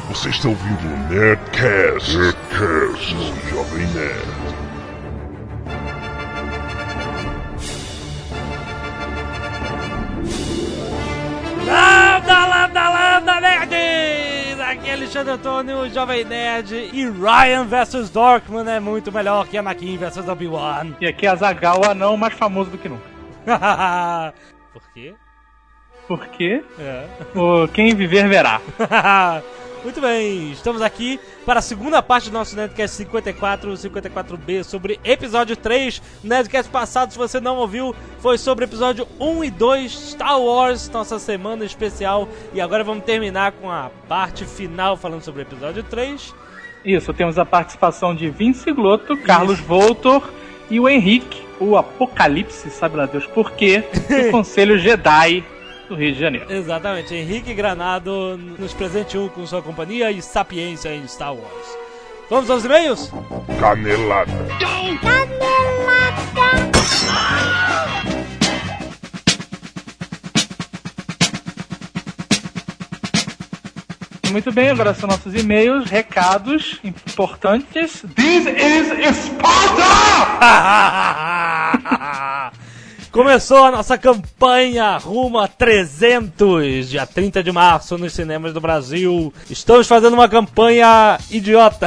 Você está ouvindo o Nerdcast no Jovem Nerd. Lambda, nerds! Aqui é Alexandre Antônio, o Jovem Nerd, e Ryan vs Dorkman é muito melhor que Anakin vs Obi-Wan. E aqui é Azaghal, o anão mais famoso do que nunca. Por quê? Porque quem viver verá. Muito bem, estamos aqui para a segunda parte do nosso Nerdcast 54, 54B, sobre episódio 3. O Nerdcast passado, se você não ouviu, foi sobre episódio 1 e 2, Star Wars, nossa semana especial. E agora vamos terminar com a parte final, falando sobre o episódio 3. Isso, temos a participação de Vince Glotto, Carlos Voltor e o Henrique, o Apocalipse, sabe lá Deus por quê, do Conselho Jedi do Rio de Janeiro. Exatamente, Henrique Granado nos presenteou com sua companhia e sapiência em Star Wars. Vamos aos e-mails? Canelada. Muito bem, agora são nossos e-mails, recados importantes. This is Sparta! Começou a nossa campanha rumo a 300, dia 30 de março, nos cinemas do Brasil. Estamos fazendo uma campanha idiota.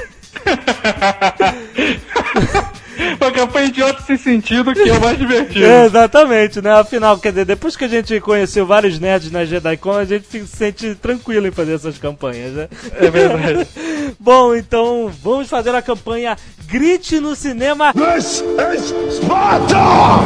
Uma campanha idiota sem sentido, que é o mais divertido. Exatamente, né? Afinal, quer dizer, depois que a gente conheceu vários nerds na JediCon, a gente se sente tranquilo em fazer essas campanhas, né? É verdade. Bom, então, vamos fazer a campanha Grite no Cinema. This is Sparta!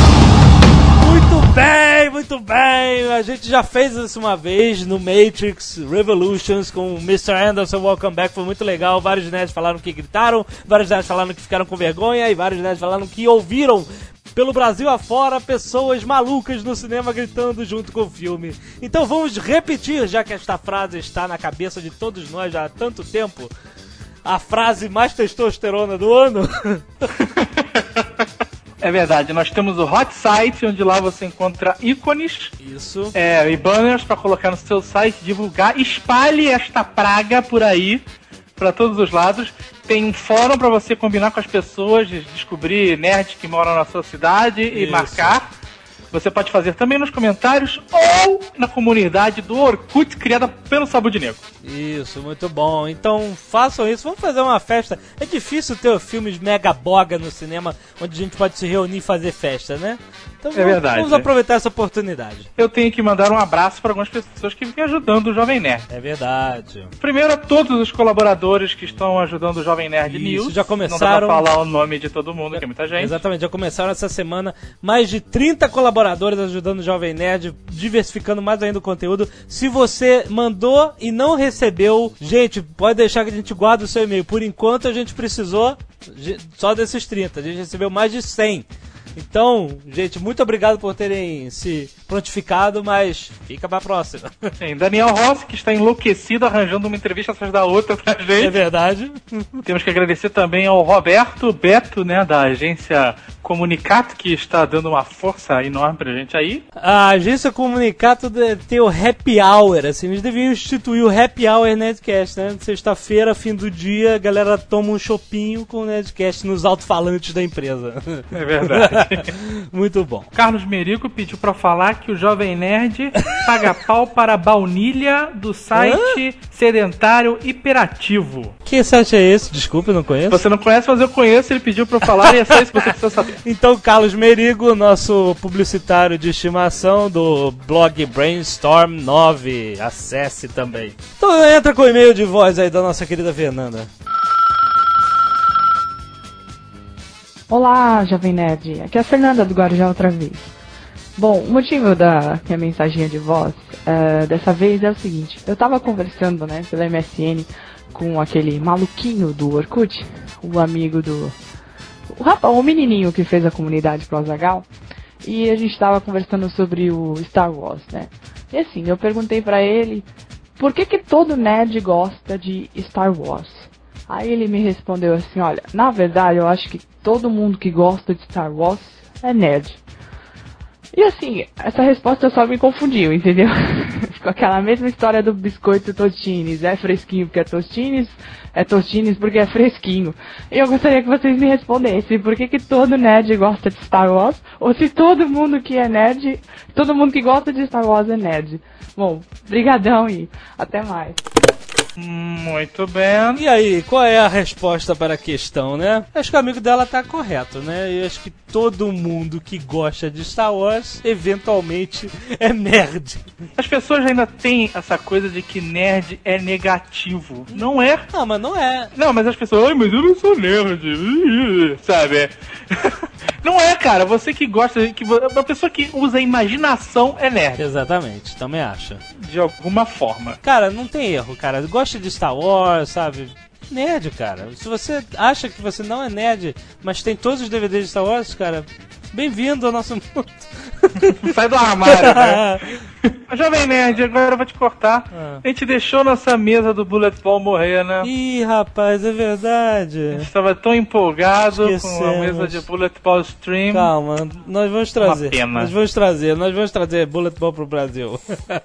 Muito bem, a gente já fez isso uma vez no Matrix Revolutions com o Mr. Anderson, Welcome Back, foi muito legal, vários nerds falaram que gritaram, vários nerds falaram que ficaram com vergonha e vários nerds falaram que ouviram pelo Brasil afora pessoas malucas no cinema gritando junto com o filme. Então vamos repetir, já que esta frase está na cabeça de todos nós já há tanto tempo, a frase mais testosterona do ano. É verdade, nós temos o Hot Site, onde lá você encontra ícones. Isso. E banners para colocar no seu site, divulgar. Espalhe esta praga por aí, para todos os lados. Tem um fórum para você combinar com as pessoas, descobrir nerds que moram na sua cidade e marcar. Você pode fazer também nos comentários ou na comunidade do Orkut, criada pelo Sabude Negro. Isso, muito bom. Então façam isso, vamos fazer uma festa. É difícil ter filmes mega boga no cinema, onde a gente pode se reunir e fazer festa, né? Então vamos aproveitar essa oportunidade. Eu tenho que mandar um abraço para algumas pessoas que vêm ajudando o Jovem Nerd. É verdade. Primeiro a todos os colaboradores que estão ajudando o Jovem Nerd News. Já começaram. Não dá pra falar o nome de todo mundo, que é muita gente. Exatamente, já começaram essa semana mais de 30 colaboradores ajudando o Jovem Nerd, diversificando mais ainda o conteúdo. Se você mandou e não recebeu, gente, pode deixar que a gente guarda o seu e-mail. Por enquanto a gente precisou só desses 30, a gente recebeu mais de 100. Então, gente, muito obrigado por terem se prontificado, mas fica pra próxima. Sim, Daniel Rossi, que está enlouquecido arranjando uma entrevista atrás da outra pra gente. É verdade. Temos que agradecer também ao Roberto Beto, né, da agência Comunicato, que está dando uma força enorme pra gente aí. A agência Comunicato deve ter o Happy Hour, assim, eles deviam instituir o Happy Hour Nerdcast, né? Sexta-feira, fim do dia, a galera toma um chopinho com o Nerdcast nos alto-falantes da empresa. É verdade. Muito bom. Carlos Merico pediu pra falar que o Jovem Nerd paga pau para a baunilha do site Sedentário Hiperativo. Que site é esse? Desculpa, eu não conheço. Você não conhece, mas eu conheço, ele pediu pra eu falar e é só isso que você precisa saber. Então, Carlos Merigo, nosso publicitário de estimação do blog Brainstorm 9, acesse também. Então entra com o e-mail de voz aí da nossa querida Fernanda. Olá, Jovem Nerd. Aqui é a Fernanda do Guarujá outra vez. Bom, o motivo da minha mensaginha de voz dessa vez é o seguinte. Eu tava conversando, né, pela MSN com aquele maluquinho do Orkut, o amigo do... O menininho que fez a comunidade pro Azaghal, e a gente tava conversando sobre o Star Wars, né? E assim, eu perguntei pra ele por que todo nerd gosta de Star Wars. Aí ele me respondeu assim, olha, na verdade eu acho que todo mundo que gosta de Star Wars é nerd. E assim, essa resposta só me confundiu, entendeu? Ficou aquela mesma história do biscoito Tostines. É fresquinho porque é Tostines porque é fresquinho. E eu gostaria que vocês me respondessem por que todo nerd gosta de Star Wars, ou se todo mundo que é nerd, todo mundo que gosta de Star Wars é nerd. Bom, brigadão e até mais. Muito bem. E aí, qual é a resposta para a questão, né? Acho que o amigo dela tá correto, né? Eu acho que todo mundo que gosta de Star Wars, eventualmente, é nerd. As pessoas ainda têm essa coisa de que nerd é negativo. Não é? Não, mas não é. Não, mas as pessoas, ai, mas eu não sou nerd, sabe? Não é, cara. Você que gosta, uma pessoa que usa a imaginação é nerd. Exatamente, também acho. De alguma forma. Cara, não tem erro, cara. Gosta de Star Wars, sabe? Nerd, cara. Se você acha que você não é nerd, mas tem todos os DVDs de Star Wars, cara, bem-vindo ao nosso mundo. Sai do armário, né? Jovem Nerd, agora eu vou te cortar. A gente deixou nossa mesa do Bullet Ball morrer, né? Ih, rapaz, é verdade. A gente estava tão empolgado Esquecemos. com a mesa de Bullet Ball Stream. Calma, nós vamos trazer. Uma pena. Nós vamos trazer Bullet Ball pro Brasil.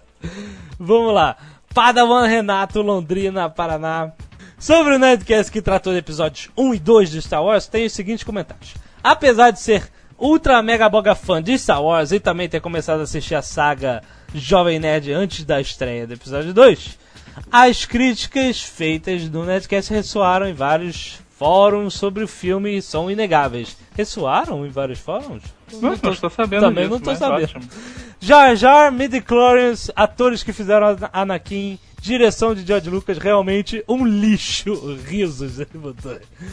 Vamos lá. Padawan Renato, Londrina, Paraná. Sobre o Nerdcast que tratou de episódios 1 e 2 de Star Wars, tem os seguintes comentários. Apesar de ser ultra mega boga fã de Star Wars e também ter começado a assistir a saga Jovem Nerd antes da estreia do episódio 2, as críticas feitas no Nerdcast ressoaram em vários fóruns sobre o filme e são inegáveis. Ressoaram em vários fóruns? Não estou sabendo também disso, não tô mas sabendo. ótimo. Jar Jar, Midichlorians, atores que fizeram Anakin, direção de George Lucas, realmente um lixo. Risos, ele botou.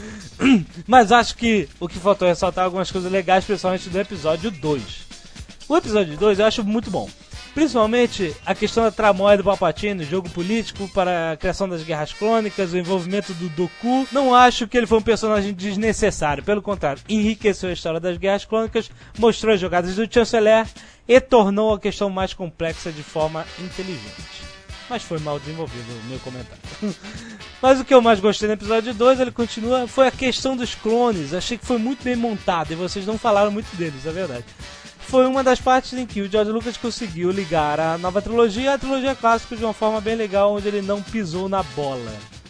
Mas acho que o que faltou é ressaltar algumas coisas legais, principalmente do episódio 2. O episódio 2 eu acho muito bom. Principalmente a questão da tramóia do Palpatine, jogo político para a criação das guerras clônicas, o envolvimento do Dooku. Não acho que ele foi um personagem desnecessário, pelo contrário, enriqueceu a história das guerras clônicas, mostrou as jogadas do Chanceler e tornou a questão mais complexa de forma inteligente. Mas foi mal desenvolvido o meu comentário. Mas o que eu mais gostei no episódio 2, ele continua, foi a questão dos clones. Achei que foi muito bem montado e vocês não falaram muito deles, é verdade. Foi uma das partes em que o George Lucas conseguiu ligar a nova trilogia e a trilogia clássica de uma forma bem legal, onde ele não pisou na bola.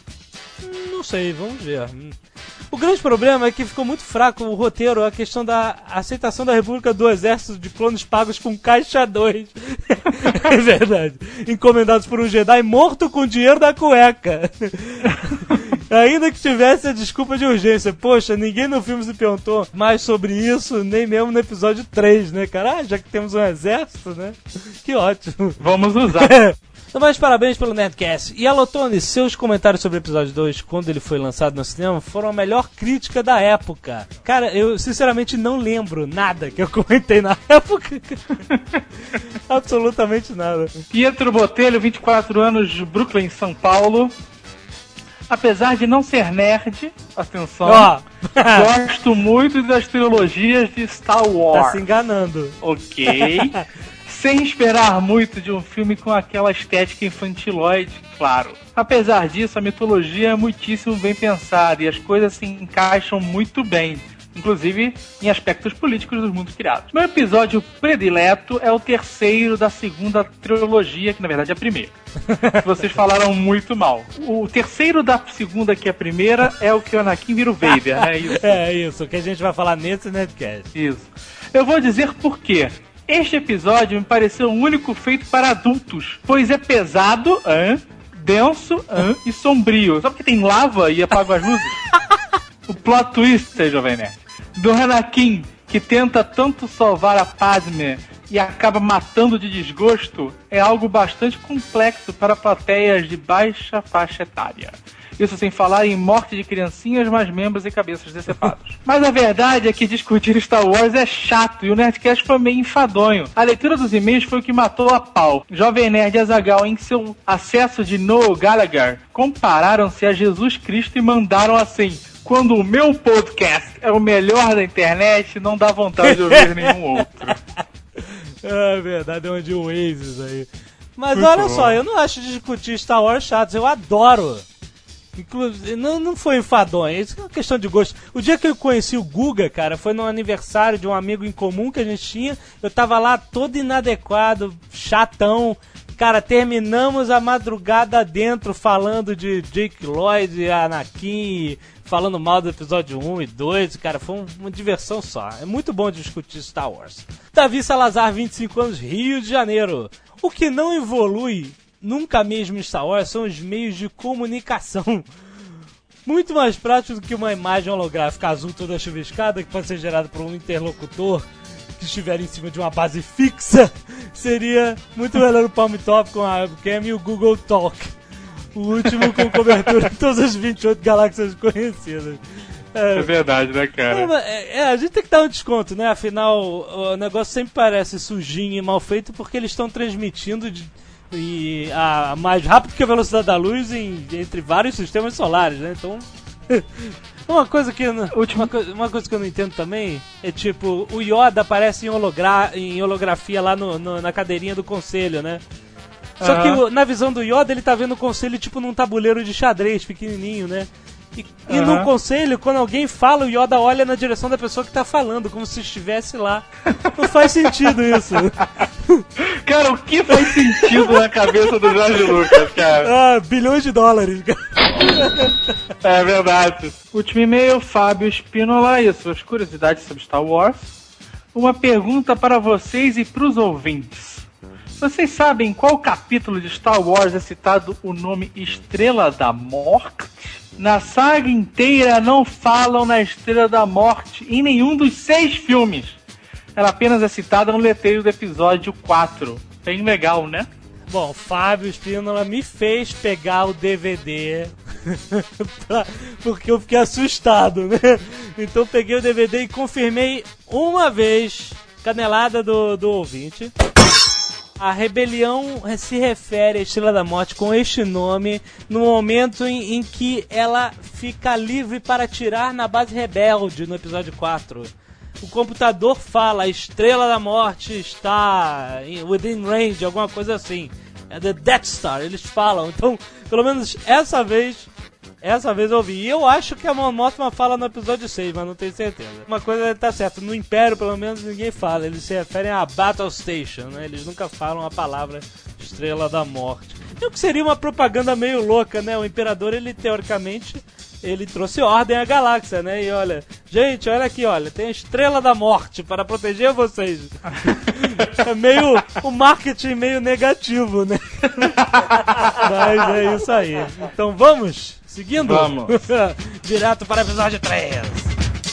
Não sei, vamos ver. O grande problema é que ficou muito fraco o roteiro, a questão da aceitação da República do Exército de clones pagos com caixa 2. É verdade. Encomendados por um Jedi morto com dinheiro da cueca. Ainda que tivesse a desculpa de urgência. Poxa, ninguém no filme se perguntou mais sobre isso, nem mesmo no episódio 3, né, cara? Já que temos um exército, né? Que ótimo. Vamos usar. Então, mas parabéns pelo Nerdcast. E Alotone, seus comentários sobre o episódio 2, quando ele foi lançado no cinema, foram a melhor crítica da época. Cara, eu sinceramente não lembro nada que eu comentei na época. Absolutamente nada. Pietro Botelho, 24 anos, de Brooklyn, São Paulo. Apesar de não ser nerd, atenção, gosto muito das trilogias de Star Wars. Tá se enganando. Ok. Sem esperar muito de um filme com aquela estética infantiloide, claro. Apesar disso, a mitologia é muitíssimo bem pensada e as coisas se encaixam muito bem, inclusive em aspectos políticos dos mundos criados. Meu episódio predileto é o terceiro da segunda trilogia, que na verdade é a primeira. Vocês falaram muito mal. O terceiro da segunda, que é a primeira, é o que o Anakin vira o Vader, né? Isso. É isso, que a gente vai falar nesse Nerdcast. Isso. Eu vou dizer por quê. Este episódio me pareceu o único feito para adultos, pois é pesado, denso e sombrio. Só porque tem lava e apaga as luzes? O plot twist, Jovem Nerd, do Anakin, que tenta tanto salvar a Padme e acaba matando de desgosto, é algo bastante complexo para plateias de baixa faixa etária. Isso sem falar em morte de criancinhas, mais membros e cabeças decepados. Mas a verdade é que discutir Star Wars é chato e o Nerdcast foi meio enfadonho. A leitura dos e-mails foi o que matou a pau. Jovem Nerd e Azaghal, em seu acesso de Noel Gallagher, compararam-se a Jesus Cristo e mandaram assim: quando o meu podcast é o melhor da internet, não dá vontade de ouvir nenhum outro. É verdade, é um de Oasis aí. Mas olha só, eu não acho de discutir Star Wars chato, eu adoro. Inclusive, não foi enfadonho, isso é uma questão de gosto. O dia que eu conheci o Guga, cara, foi no aniversário de um amigo em comum que a gente tinha. Eu tava lá todo inadequado, chatão. Cara, terminamos a madrugada dentro falando de Jake Lloyd e Anakin, falando mal do episódio 1 e 2. Cara, foi uma diversão só. É muito bom discutir Star Wars. Davi Salazar, 25 anos, Rio de Janeiro. O que não evolui nunca mesmo em Star Wars são os meios de comunicação. Muito mais prático do que uma imagem holográfica azul toda chuviscada que pode ser gerada por um interlocutor que estiver em cima de uma base fixa. Seria muito melhor o Palm Top com a webcam e o Google Talk. O último com cobertura de todas as 28 galáxias conhecidas. É verdade, né, cara? A gente tem que dar um desconto, né? Afinal, o negócio sempre parece sujinho e mal feito porque eles estão transmitindo mais rápido que a velocidade da luz entre vários sistemas solares, né? Então... Uma coisa que eu não entendo também é tipo, o Yoda aparece em holografia lá na cadeirinha do conselho, né? Só que na visão do Yoda ele tá vendo o conselho tipo num tabuleiro de xadrez pequenininho, né? E no conselho, quando alguém fala, o Yoda olha na direção da pessoa que tá falando, como se estivesse lá. Não faz sentido isso. Cara, o que faz sentido na cabeça do Jorge Lucas, cara? Bilhões de dólares, cara. É verdade. Último e-mail, Fábio Spínola e as suas curiosidades sobre Star Wars. Uma pergunta para vocês e pros ouvintes. Vocês sabem qual capítulo de Star Wars é citado o nome Estrela da Morte? Na saga inteira não falam na Estrela da Morte em nenhum dos 6 filmes. Ela apenas é citada no letreiro do episódio 4. Bem legal, né? Bom, Fábio Spínola me fez pegar o DVD porque eu fiquei assustado, né? Então peguei o DVD e confirmei uma vez, canelada do ouvinte. A rebelião se refere à Estrela da Morte com este nome no momento em que ela fica livre para atirar na base rebelde no episódio 4. O computador fala, a Estrela da Morte está within range, alguma coisa assim. É The Death Star, eles falam. Então, pelo menos essa vez eu ouvi. E eu acho que a Mon Mothma fala no episódio 6, mas não tenho certeza. Uma coisa tá certa, no Império pelo menos ninguém fala. Eles se referem à Battle Station, né? Eles nunca falam a palavra Estrela da Morte. O que seria uma propaganda meio louca, né? O Imperador, ele teoricamente... Ele trouxe ordem à galáxia, né? E olha, gente, olha aqui, olha, tem a Estrela da Morte para proteger vocês. É meio o marketing meio negativo, né? Mas é isso aí. Então vamos? Seguindo? Vamos. Direto para o episódio 3.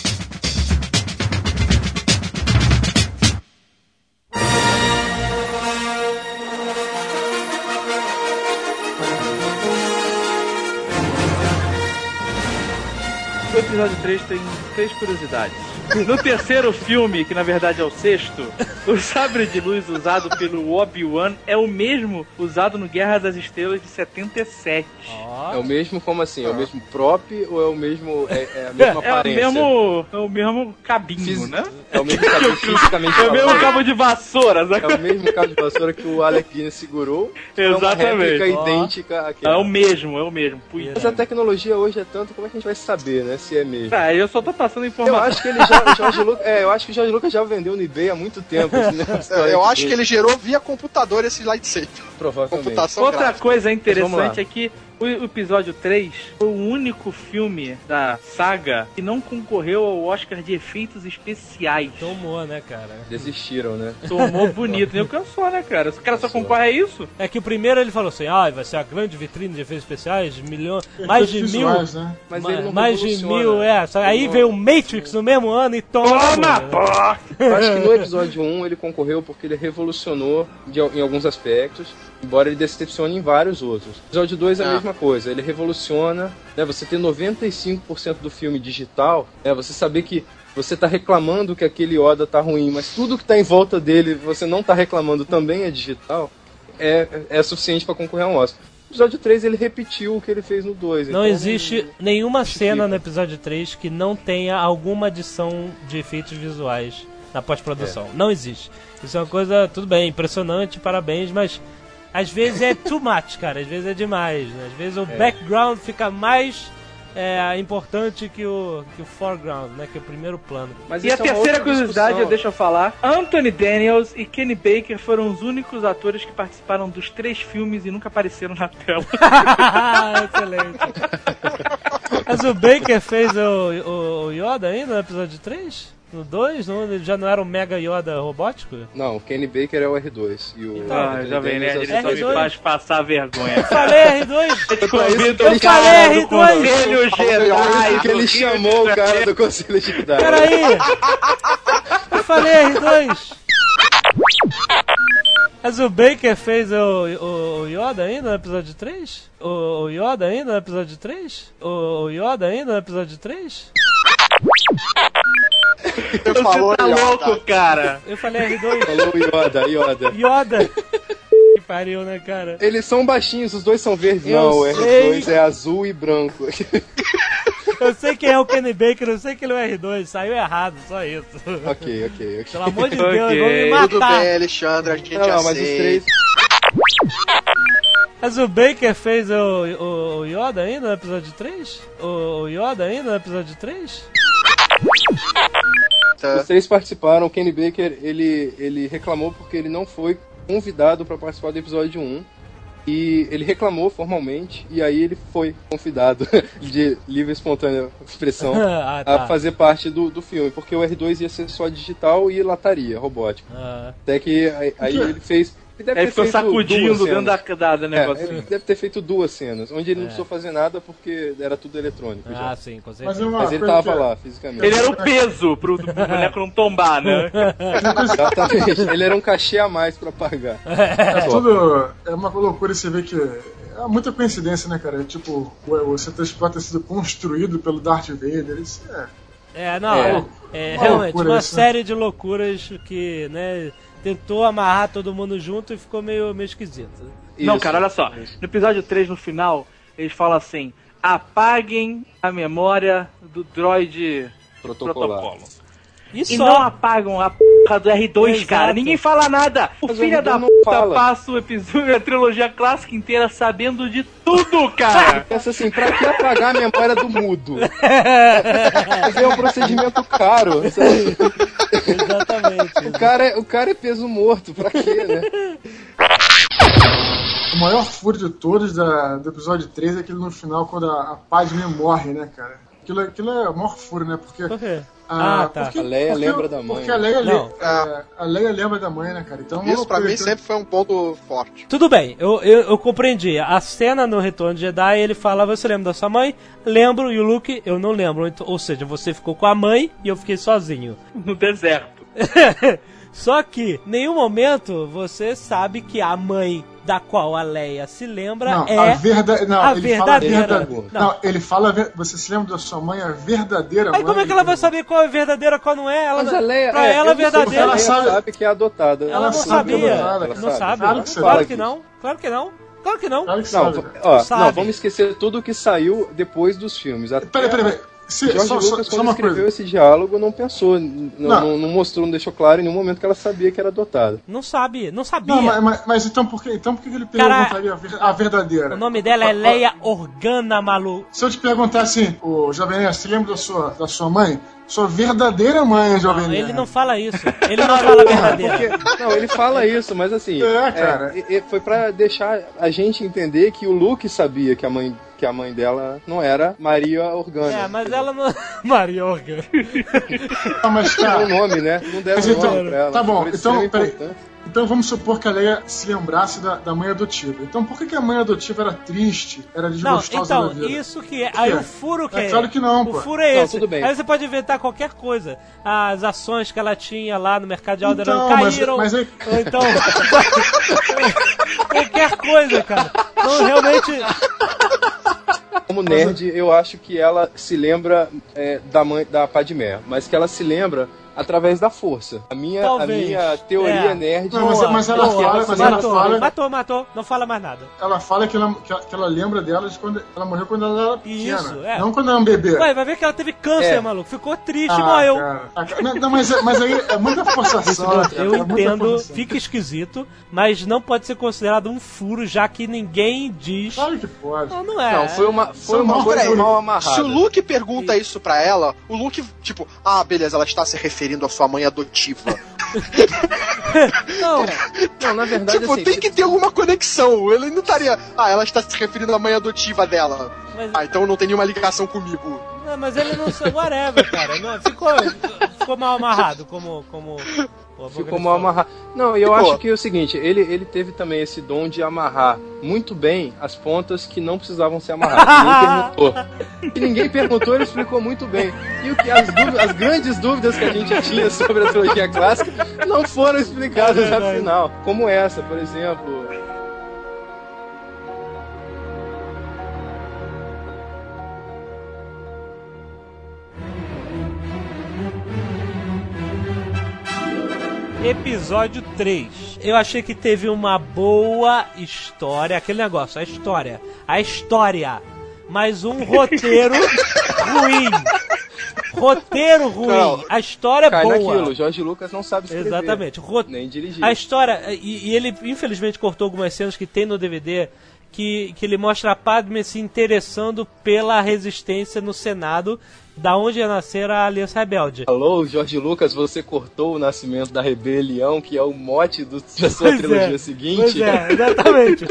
O episódio 3 tem 3 curiosidades. No terceiro filme, que na verdade é o 6º, o sabre de luz usado pelo Obi-Wan é o mesmo usado no Guerra das Estrelas de 77. É o mesmo, como assim? É o mesmo prop ou é o mesmo, é a mesma aparência? É o mesmo cabinho, né? É o mesmo cabinho fisicamente falando. É o mesmo cabo de vassoura, né? É o mesmo cabo de vassoura que o Alec Guinness segurou. Exatamente. É uma réplica idêntica àquela. É o mesmo. Mas a tecnologia hoje é tanto, como é que a gente vai saber, né? Se é mesmo. Eu só tô passando informação. Eu acho que eu acho que o George Lucas já vendeu no eBay há muito tempo. Eu acho que ele gerou via computador esse lightsaber. Provavelmente. Computação Outra gráfica. coisa interessante é que o episódio 3 foi o único filme da saga que não concorreu ao Oscar de efeitos especiais. Tomou, né, cara? Desistiram, né? Tomou bonito. Nem alcançou, né, cara? O cara só concorre a isso? É que o primeiro ele falou assim, vai ser a grande vitrine de efeitos especiais, mais de 1000, né? Mas ele não mais de revoluciona. 1000, aí veio o Matrix no mesmo ano e toma! Eu acho que no episódio 1 ele concorreu porque ele revolucionou em alguns aspectos, embora ele decepcione em vários outros. O episódio 2 é a mesma coisa, ele revoluciona, né? Você ter 95% do filme digital, você saber que você tá reclamando que aquele Yoda tá ruim, mas tudo que tá em volta dele, você não tá reclamando, também é digital, é suficiente para concorrer a um Oscar. No episódio 3 ele repetiu o que ele fez no 2. Não então, existe nenhuma cena no episódio 3 que não tenha alguma adição de efeitos visuais na pós-produção. Não existe. Isso é uma coisa, tudo bem, impressionante, parabéns, mas Às vezes é too much, cara. Às vezes é demais, né? Às vezes o background fica mais importante que o foreground, né? Que é o primeiro plano. Mas e a terceira curiosidade, deixa eu falar. Anthony Daniels e Kenny Baker foram os únicos atores que participaram dos 3 filmes e nunca apareceram na tela. Excelente. Mas o Baker fez o Yoda ainda no episódio 3? No 2? Ele já não era um Mega Yoda robótico? Não, o Kenny Baker é o R2. E o Jovem Nerd, ele só me R2? faz passar vergonha. Eu falei R2? Eu falei R2! Conselho Jedi. que ele chamou o cara do Conselho Jedi. Peraí! Eu falei R2! Mas o Baker fez o Yoda ainda no episódio 3? O Yoda ainda no episódio 3? O Yoda ainda no episódio 3? Você falou tá louco, cara. Eu falei R2. Falou Yoda. Que pariu, né, cara? Eles são baixinhos, os dois são verdes. Eu Não, o sei. R2 é azul e branco. Eu sei quem é o Kenny Baker, eu sei que ele é o R2. Saiu errado, só isso. Ok. Pelo amor de Deus, vão me Tudo matar. bem, Alexandre, a gente Não, mas os aceita. 3... Mas o Baker fez o Yoda ainda no episódio 3? O Yoda ainda no episódio 3? Os 3 participaram. O Kenny Baker, ele reclamou porque ele não foi convidado para participar do episódio 1. E ele reclamou formalmente, e aí ele foi convidado de livre e espontânea expressão a fazer parte do filme, porque o R2 ia ser só digital e lataria, robótico. Até que aí ele fez... Ele ficou sacudindo dentro da negócio. Ele deve ter feito 2 cenas, onde ele não precisou fazer nada porque era tudo eletrônico. Já. Sim, com certeza. Mas ele tava lá, fisicamente. Ele era o peso pro boneco não tombar, né? Exatamente. Ele era um cachê a mais pra pagar. É uma loucura você ver que é muita coincidência, né, cara? Tipo, o C3PO ter sido construído pelo Darth Vader, isso realmente, uma isso, série de loucuras que, né, tentou amarrar todo mundo junto e ficou meio esquisito. Não, cara, olha só. No episódio 3, no final, eles falam assim: apaguem a memória do droid protocolo. E não apagam a porra do R2, Exato. cara. Ninguém fala nada. O filho da puta passa o episódio, a trilogia clássica inteira sabendo de tudo, cara. Pensa assim, pra que apagar a memória do mudo? É um procedimento caro, sabe? Exatamente. O cara é peso morto, pra quê, né? O maior furo de todos do episódio 3 é aquele no final, quando a Padme morre, né, cara? Aquilo é o maior furo, né? Porque... Por quê? Tá. A Leia lembra da mãe. Porque a Leia lembra da mãe, né, cara? Então, Isso pra mim sempre foi um ponto forte. Tudo bem, eu compreendi. A cena no Retorno de Jedi, ele fala: você lembra da sua mãe? Lembro, e o Luke, eu não lembro. Então, ou seja, você ficou com a mãe e eu fiquei sozinho. No deserto. Só que, em nenhum momento, você sabe que a mãe da qual a Leia se lembra a verdadeira. Ele fala, você se lembra da sua mãe, a verdadeira mãe? Aí como é que ela vai saber qual é verdadeira e qual não é? Mas a Leia, pra ela é verdadeira. Ela sabe que é adotada. Ela não sabia. Não sabe? Claro que não. Claro que não. Claro que não. Não, vamos esquecer tudo que saiu depois dos filmes. Peraí. George Lucas, quando escreveu esse diálogo, não pensou, não mostrou, não deixou claro em nenhum momento que ela sabia que era adotada. Não sabia. Não, mas então por que ele perguntaria a verdadeira? O nome dela é Leia Organa, maluco. Se eu te perguntar assim, o Jovem Nerd, você lembra da sua mãe? Sua verdadeira mãe, Jovem Nerd. Ele não fala isso. Ele não fala verdadeira. Não, ele fala isso, mas assim... cara. Foi pra deixar a gente entender que o Luke sabia que a mãe dela não era Maria Organa. Mas ela não... Maria Organa. Mas tá. Não nome, né? Não deram nome pra ela. Tá bom, então, peraí. Então vamos supor que a Leia se lembrasse da mãe adotiva. Então por que a mãe adotiva era triste, era desgostosa da vida? Isso que é. Aí o furo que é. Claro que não, pô. O furo é esse. Tudo bem. Aí você pode inventar qualquer coisa. As ações que ela tinha lá no mercado de Alderaan caíram. Mas ou então... qualquer coisa, cara. Então realmente... Como nerd, eu acho que ela se lembra da mãe da Padmé, mas que ela se lembra através da força. A minha teoria nerd... Não, mas ela fala... Matou. Não fala mais nada. Ela fala que ela lembra dela de quando ela morreu quando ela era pequena. Isso, não quando ela era um bebê. Ué, vai ver que ela teve câncer, maluco. Ficou triste e morreu. Não, mas aí é muita forçação. Eu entendo, fica esquisito, mas não pode ser considerado um furo, já que ninguém diz... Claro que pode. Não é. Não, foi uma coisa mal amarrada. Se o Luke pergunta isso pra ela, o Luke, tipo, beleza, ela está se referindo à sua mãe adotiva. Não, na verdade, tipo, assim, tem que ter alguma conexão. Ele não estaria... ela está se referindo à mãe adotiva dela. Mas... então não tem nenhuma ligação comigo. Não, mas ele não... Whatever, cara. Não, ficou mal amarrado, como ficou mal amarrado. Não, e eu acho que é o seguinte, ele teve também esse dom de amarrar muito bem as pontas que não precisavam ser amarradas. Ninguém perguntou, ele explicou muito bem. E as grandes dúvidas que a gente tinha sobre a trilogia clássica não foram explicadas afinal. Como essa, por exemplo... Episódio 3. Eu achei que teve uma boa história. Aquele negócio, a história. Mas um roteiro ruim. Roteiro ruim. Não, a história cai boa. Naquilo. Jorge Lucas não sabe escrever. Exatamente. Nem dirigir. A história... E ele, infelizmente, cortou algumas cenas que tem no DVD... Que ele mostra a Padme se interessando pela resistência no Senado, da onde ia nascer a Aliança Rebelde. Alô, Jorge Lucas, você cortou o nascimento da rebelião, que é o mote da sua trilogia seguinte. Pois é, exatamente.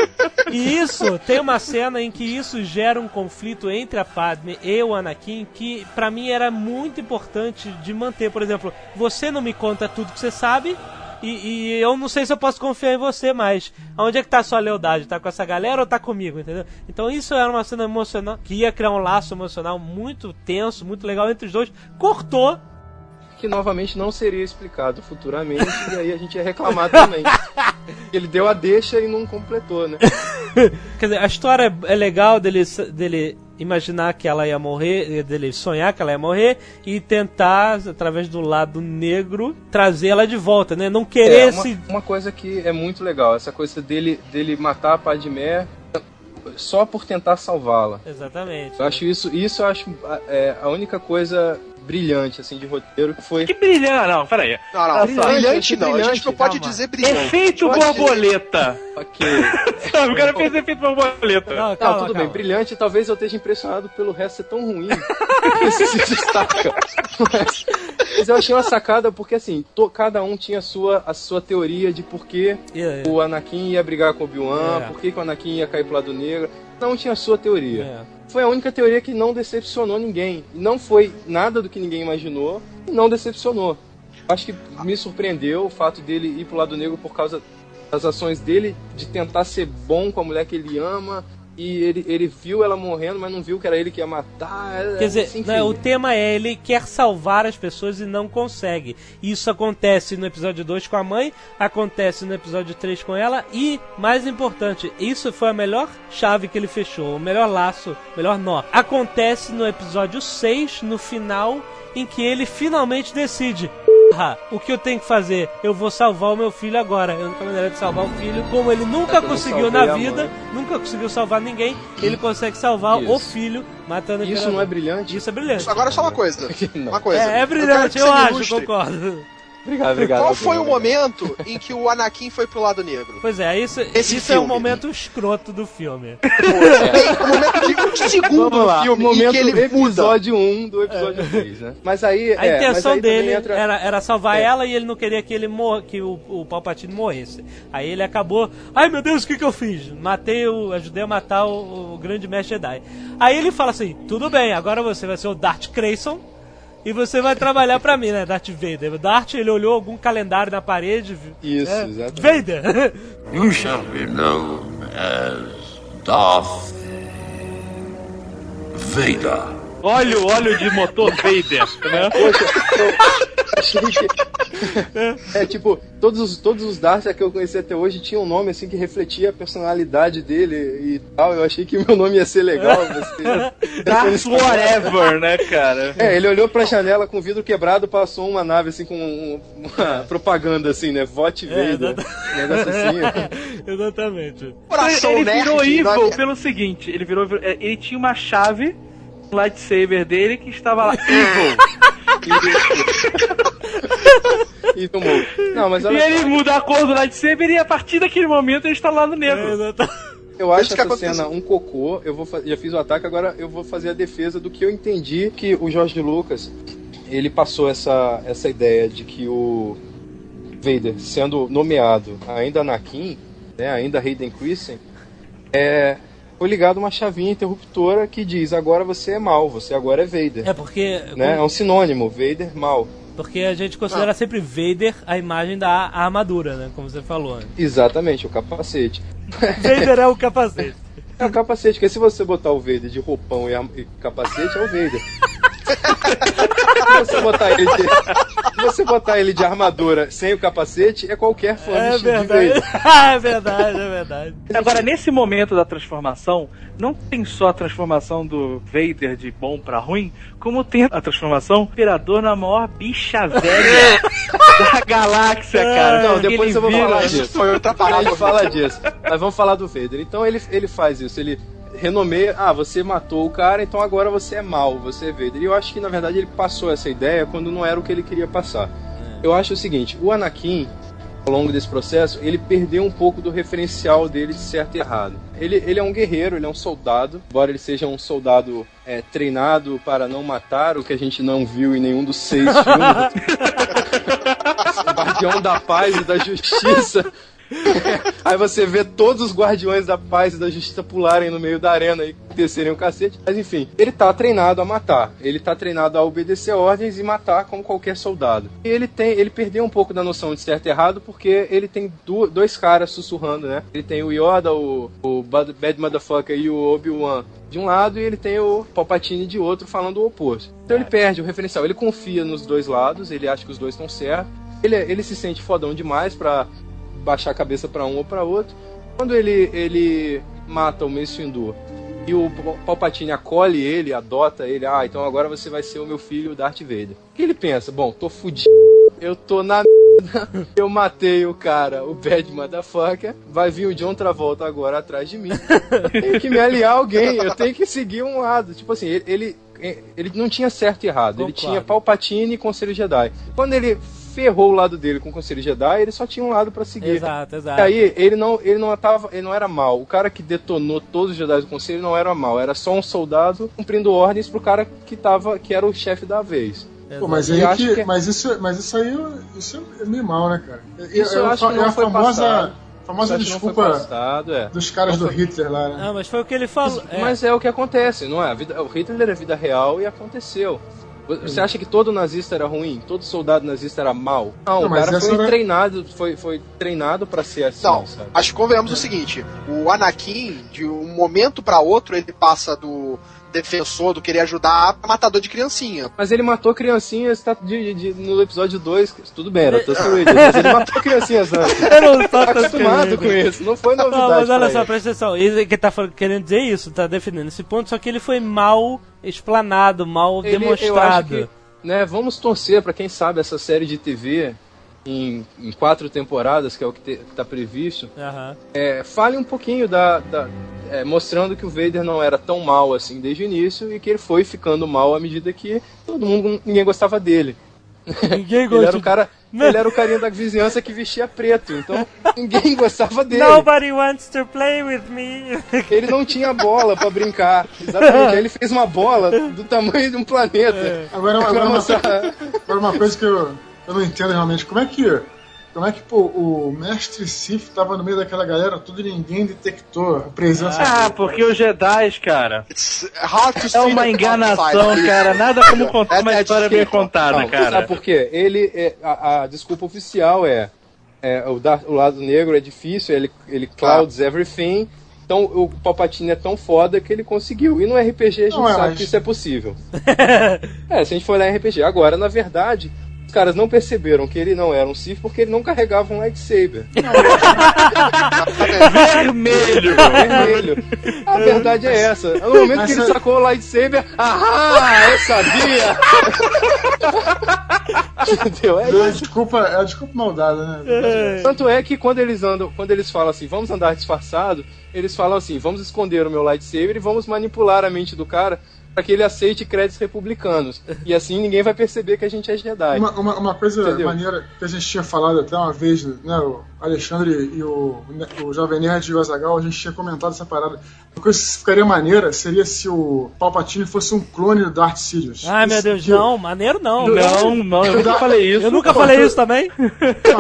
E isso, tem uma cena em que isso gera um conflito entre a Padme e o Anakin, que pra mim era muito importante de manter. Por exemplo, você não me conta tudo que você sabe... E eu não sei se eu posso confiar em você mais. Onde é que tá a sua lealdade? Tá com essa galera ou tá comigo, entendeu? Então isso era uma cena emocional, que ia criar um laço emocional muito tenso, muito legal entre os dois. Cortou. Que novamente não seria explicado futuramente, e aí a gente ia reclamar também. Ele deu a deixa e não completou, né? Quer dizer, a história é legal dele imaginar que ela ia morrer, dele sonhar que ela ia morrer e tentar, através do lado negro, trazê-la de volta, né? Não querer uma coisa que é muito legal, essa coisa dele matar a Padmé só por tentar salvá-la. Exatamente. Eu acho isso eu acho a única coisa brilhante, assim, de roteiro, que foi... Que brilhante? Não, peraí. Não, brilhante não, a gente não pode dizer brilhante. Efeito borboleta. Ok. O cara fez efeito borboleta. Não, tudo bem, brilhante, talvez eu esteja impressionado pelo resto ser tão ruim que se destaca. Mas eu achei uma sacada porque, assim, cada um tinha a sua teoria de por que o Anakin ia brigar com o Obi-Wan, por que o Anakin ia cair pro lado negro. Cada um tinha a sua teoria. Foi a única teoria que não decepcionou ninguém. Não foi nada do que ninguém imaginou e não decepcionou. Acho que me surpreendeu o fato dele ir pro lado negro por causa das ações dele, de tentar ser bom com a mulher que ele ama. E ele viu ela morrendo, mas não viu que era ele que ia matar. Quer dizer, o tema é, ele quer salvar as pessoas e não consegue. Isso acontece no episódio 2 com a mãe, acontece no episódio 3 com ela e, mais importante, isso foi a melhor chave que ele fechou, o melhor laço, o melhor nó. Acontece no episódio 6, no final, em que ele finalmente decide: o que eu tenho que fazer? Eu vou salvar o meu filho agora. A única maneira de salvar o filho, como ele nunca conseguiu na vida, nunca conseguiu salvar ninguém, ele consegue salvar o filho matando Isso não é brilhante? Isso é brilhante. Agora só uma coisa. Uma coisa. É brilhante, eu acho, concordo. Obrigado. Qual foi o momento em que o Anakin foi pro lado negro? Pois é, isso é um momento escroto do filme. Tem um momento de um segundo do filme em que ele episódio 1 do episódio 3, né? Mas aí... A intenção dele era salvar ela e ele não queria que que o Palpatine morresse. Aí ele acabou... Ai, meu Deus, o que eu fiz? Ajudei a matar o grande mestre Jedi. Aí ele fala assim: tudo bem, agora você vai ser o Darth Grayson e você vai trabalhar pra mim, né, Darth Vader. O Darth, ele olhou algum calendário na parede. Isso, exatamente. Vader! You shall be known as Darth Vader. Olha o óleo de motor Vader, né? Poxa, eu achei que Tipo, todos os Darth que eu conheci até hoje tinham um nome assim que refletia a personalidade dele e tal. Eu achei que meu nome ia ser legal. Darth Whatever, né, cara? Ele olhou pra janela com o vidro quebrado, passou uma nave assim com uma propaganda assim, né? Vote Vader. Um negócio assim. Exatamente. Ele virou evil pelo seguinte, ele tinha uma chave, um lightsaber dele que estava lá, evil. E tomou. Não, mas e ele muda a cor do lightsaber e a partir daquele momento ele está lá no negro. Eu acho essa cena um cocô. Já fiz o ataque, agora eu vou fazer a defesa do que eu entendi que o George Lucas, ele passou essa ideia de que o Vader, sendo nomeado ainda Anakin, né, ainda Hayden Christensen, foi ligado uma chavinha interruptora que diz: agora você é mal, você agora é Vader. Porque... Né? É um sinônimo, Vader, mal. Porque a gente considera sempre Vader a imagem da armadura, né? Como você falou. Né? Exatamente, o capacete. Vader é o capacete. É o capacete, porque se você botar o Vader de roupão e capacete, é o Vader. Se você botar ele de armadura sem o capacete, é qualquer fã de Vader. É verdade. Agora, nesse momento da transformação, não tem só a transformação do Vader de bom pra ruim, como tem a transformação do Imperador na maior bicha velha da galáxia, cara. Não, depois eu vou falar disso. Foi outra parada. A gente fala disso. Mas vamos falar do Vader. Então ele faz isso, ele renomeia: você matou o cara, então agora você é mal, você é Vader. E eu acho que na verdade ele passou essa ideia quando não era o que ele queria passar. Eu acho o seguinte: o Anakin, ao longo desse processo, ele perdeu um pouco do referencial dele de certo e errado. Ele é um guerreiro, ele é um soldado, embora ele seja um soldado treinado para não matar, o que a gente não viu em nenhum dos 6 filmes. O Guardião da Paz e da Justiça. Aí você vê todos os Guardiões da Paz e da Justiça pularem no meio da arena e descerem o cacete. Mas enfim, ele tá treinado a matar. Ele tá treinado a obedecer ordens e matar como qualquer soldado. E ele perdeu um pouco da noção de certo e errado porque ele tem dois caras sussurrando, né? Ele tem o Yoda, o Bad Motherfucker e o Obi-Wan de um lado, e ele tem o Palpatine de outro falando o oposto. Então ele perde o referencial. Ele confia nos dois lados, ele acha que os dois estão certos. Ele se sente fodão demais pra baixar a cabeça pra um ou pra outro. Quando ele mata o Mace Windu e o Palpatine acolhe ele, adota ele: então agora você vai ser o meu filho Darth Vader. O que ele pensa? Bom, tô fudido, eu tô na merda, eu matei o cara, o Bad Motherfucker, vai vir o John Travolta agora atrás de mim, tenho que me aliar a alguém, eu tenho que seguir um lado. Tipo assim, ele não tinha certo e errado, ele tinha Palpatine e Conselho Jedi. Quando ele ferrou o lado dele com o Conselho Jedi, ele só tinha um lado pra seguir. Exato. E aí, ele não era mal. O cara que detonou todos os Jedi do Conselho não era mal. Era só um soldado cumprindo ordens pro cara que era o chefe da vez. Pô, mas isso aí é meio mal, né, cara? Isso eu acho que não foi passado. A famosa desculpa dos caras do Hitler lá, né? Mas foi o que ele falou. Mas é o que acontece, não é? O Hitler é vida real e aconteceu. Você acha que todo nazista era ruim? Todo soldado nazista era mau? Não, o cara foi treinado pra ser assim, não, sabe? Mas convenhamos o seguinte: o Anakin, de um momento pra outro, ele passa do defensor, do querer ajudar, a matador de criancinha. Mas ele matou criancinhas no episódio 2, tudo bem, era Tusken, mas ele matou criancinhas antes. Eu não tô acostumado com isso, não foi novidade. Não, mas olha só, presta atenção, ele que tá querendo dizer isso, tá defendendo esse ponto, só que ele foi mal explanado, mal demonstrado. Eu acho que, né, vamos torcer pra quem sabe essa série de TV em 4 temporadas, que é o que tá previsto, fale um pouquinho mostrando que o Vader não era tão mal assim desde o início e que ele foi ficando mal à medida que ninguém gostava dele. Ele era o carinha da vizinhança que vestia preto, então ninguém gostava dele. Nobody wants to play with me. Ele não tinha bola pra brincar. Exatamente. Aí ele fez uma bola do tamanho de um planeta. Agora uma coisa que eu não entendo realmente. Como é que o Mestre Sith tava no meio daquela galera tudo e ninguém detectou a presença dele? Porque os Jedi, cara, é uma enganação, cara. Nada como contar uma história bem contada, cara. Sabe por quê? A desculpa oficial o lado negro é difícil, ele clouds everything. Então o Palpatine é tão foda que ele conseguiu. E no RPG a gente sabe que isso é possível. Se a gente for olhar em RPG. Agora, na verdade, caras não perceberam que ele não era um Sith porque ele não carregava um lightsaber. Vermelho! Vermelho. A verdade é essa. No momento que ele sacou o lightsaber, eu sabia! Entendeu? É a desculpa mal dada, né? Tanto é que quando eles falam assim, vamos andar disfarçado, eles falam assim, vamos esconder o meu lightsaber e vamos manipular a mente do cara para que ele aceite créditos republicanos. E assim ninguém vai perceber que a gente é Jedi. Uma coisa maneira que a gente tinha falado até uma vez, né? O Alexandre e o Jovem Nerd e o Azaghal, a gente tinha comentado essa parada. Uma coisa que ficaria maneira seria se o Palpatine fosse um clone do Darth Sidious. Ai, meu Deus, não, maneiro não. Não, eu nunca falei isso. Eu nunca falei isso também. Não,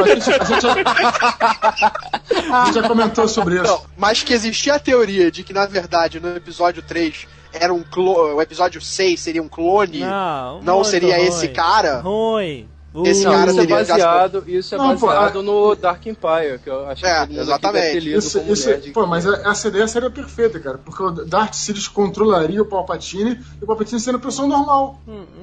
a gente já comentou sobre isso. Não, mas que existia a teoria de que, na verdade, no episódio 3 era um clone, o episódio 6 seria um clone, não seria ruim. esse cara. Ruim. Esse cara isso seria é baseado no Dark Empire, que eu acho que exatamente. Mas essa ideia seria perfeita, cara, porque o Darth Sidious controlaria o Palpatine e o Palpatine seria uma pessoa normal.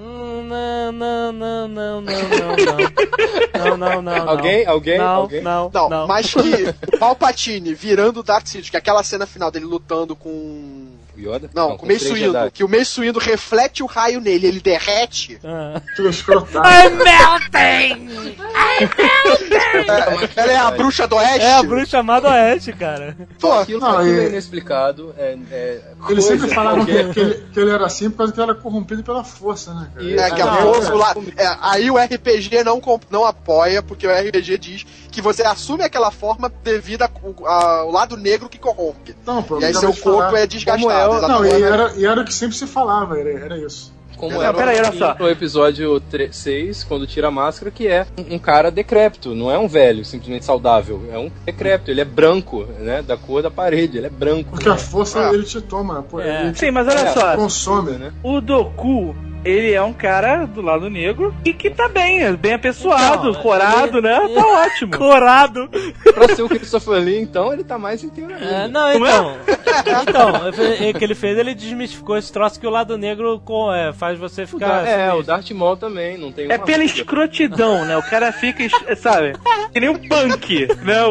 Não. Alguém? Não, mas que o Palpatine virando o Darth Sidious, que é aquela cena final dele lutando com Yoda? Não, com o Mace Windu, que o Mace Windu reflete o raio nele, ele derrete. I'm melting! Ela é a bruxa do Oeste? É a bruxa chamada Oeste, cara. Pô, aquilo é inexplicado. Eles sempre falavam que ele era assim por causa que ele era corrompido pela força, né, cara? Aí o RPG não apoia, porque o RPG diz que você assume aquela forma devido ao lado negro que corrompe. Não, pô, e aí seu corpo é desgastado. E era o que sempre se falava, era isso. Como é no episódio 6, quando tira a máscara, que é um cara decrépito, não é um velho, simplesmente saudável, é um decrépito, ele é branco, né, da cor da parede, ele é branco. Porque a força ele te toma, pô. Sim, mas olha só, consome, né? O Dooku, ele é um cara do lado negro e que tá bem apessoado, corado, né? Tá ótimo. Corado. Pra ser o Christopher Lee, então, ele tá mais inteiro ainda. Então, o que ele fez, ele desmistificou esse troço que o lado negro faz você ficar... o Darth Maul também, não tem uma pela escrotidão, né? O cara fica, sabe, que nem um punk, né?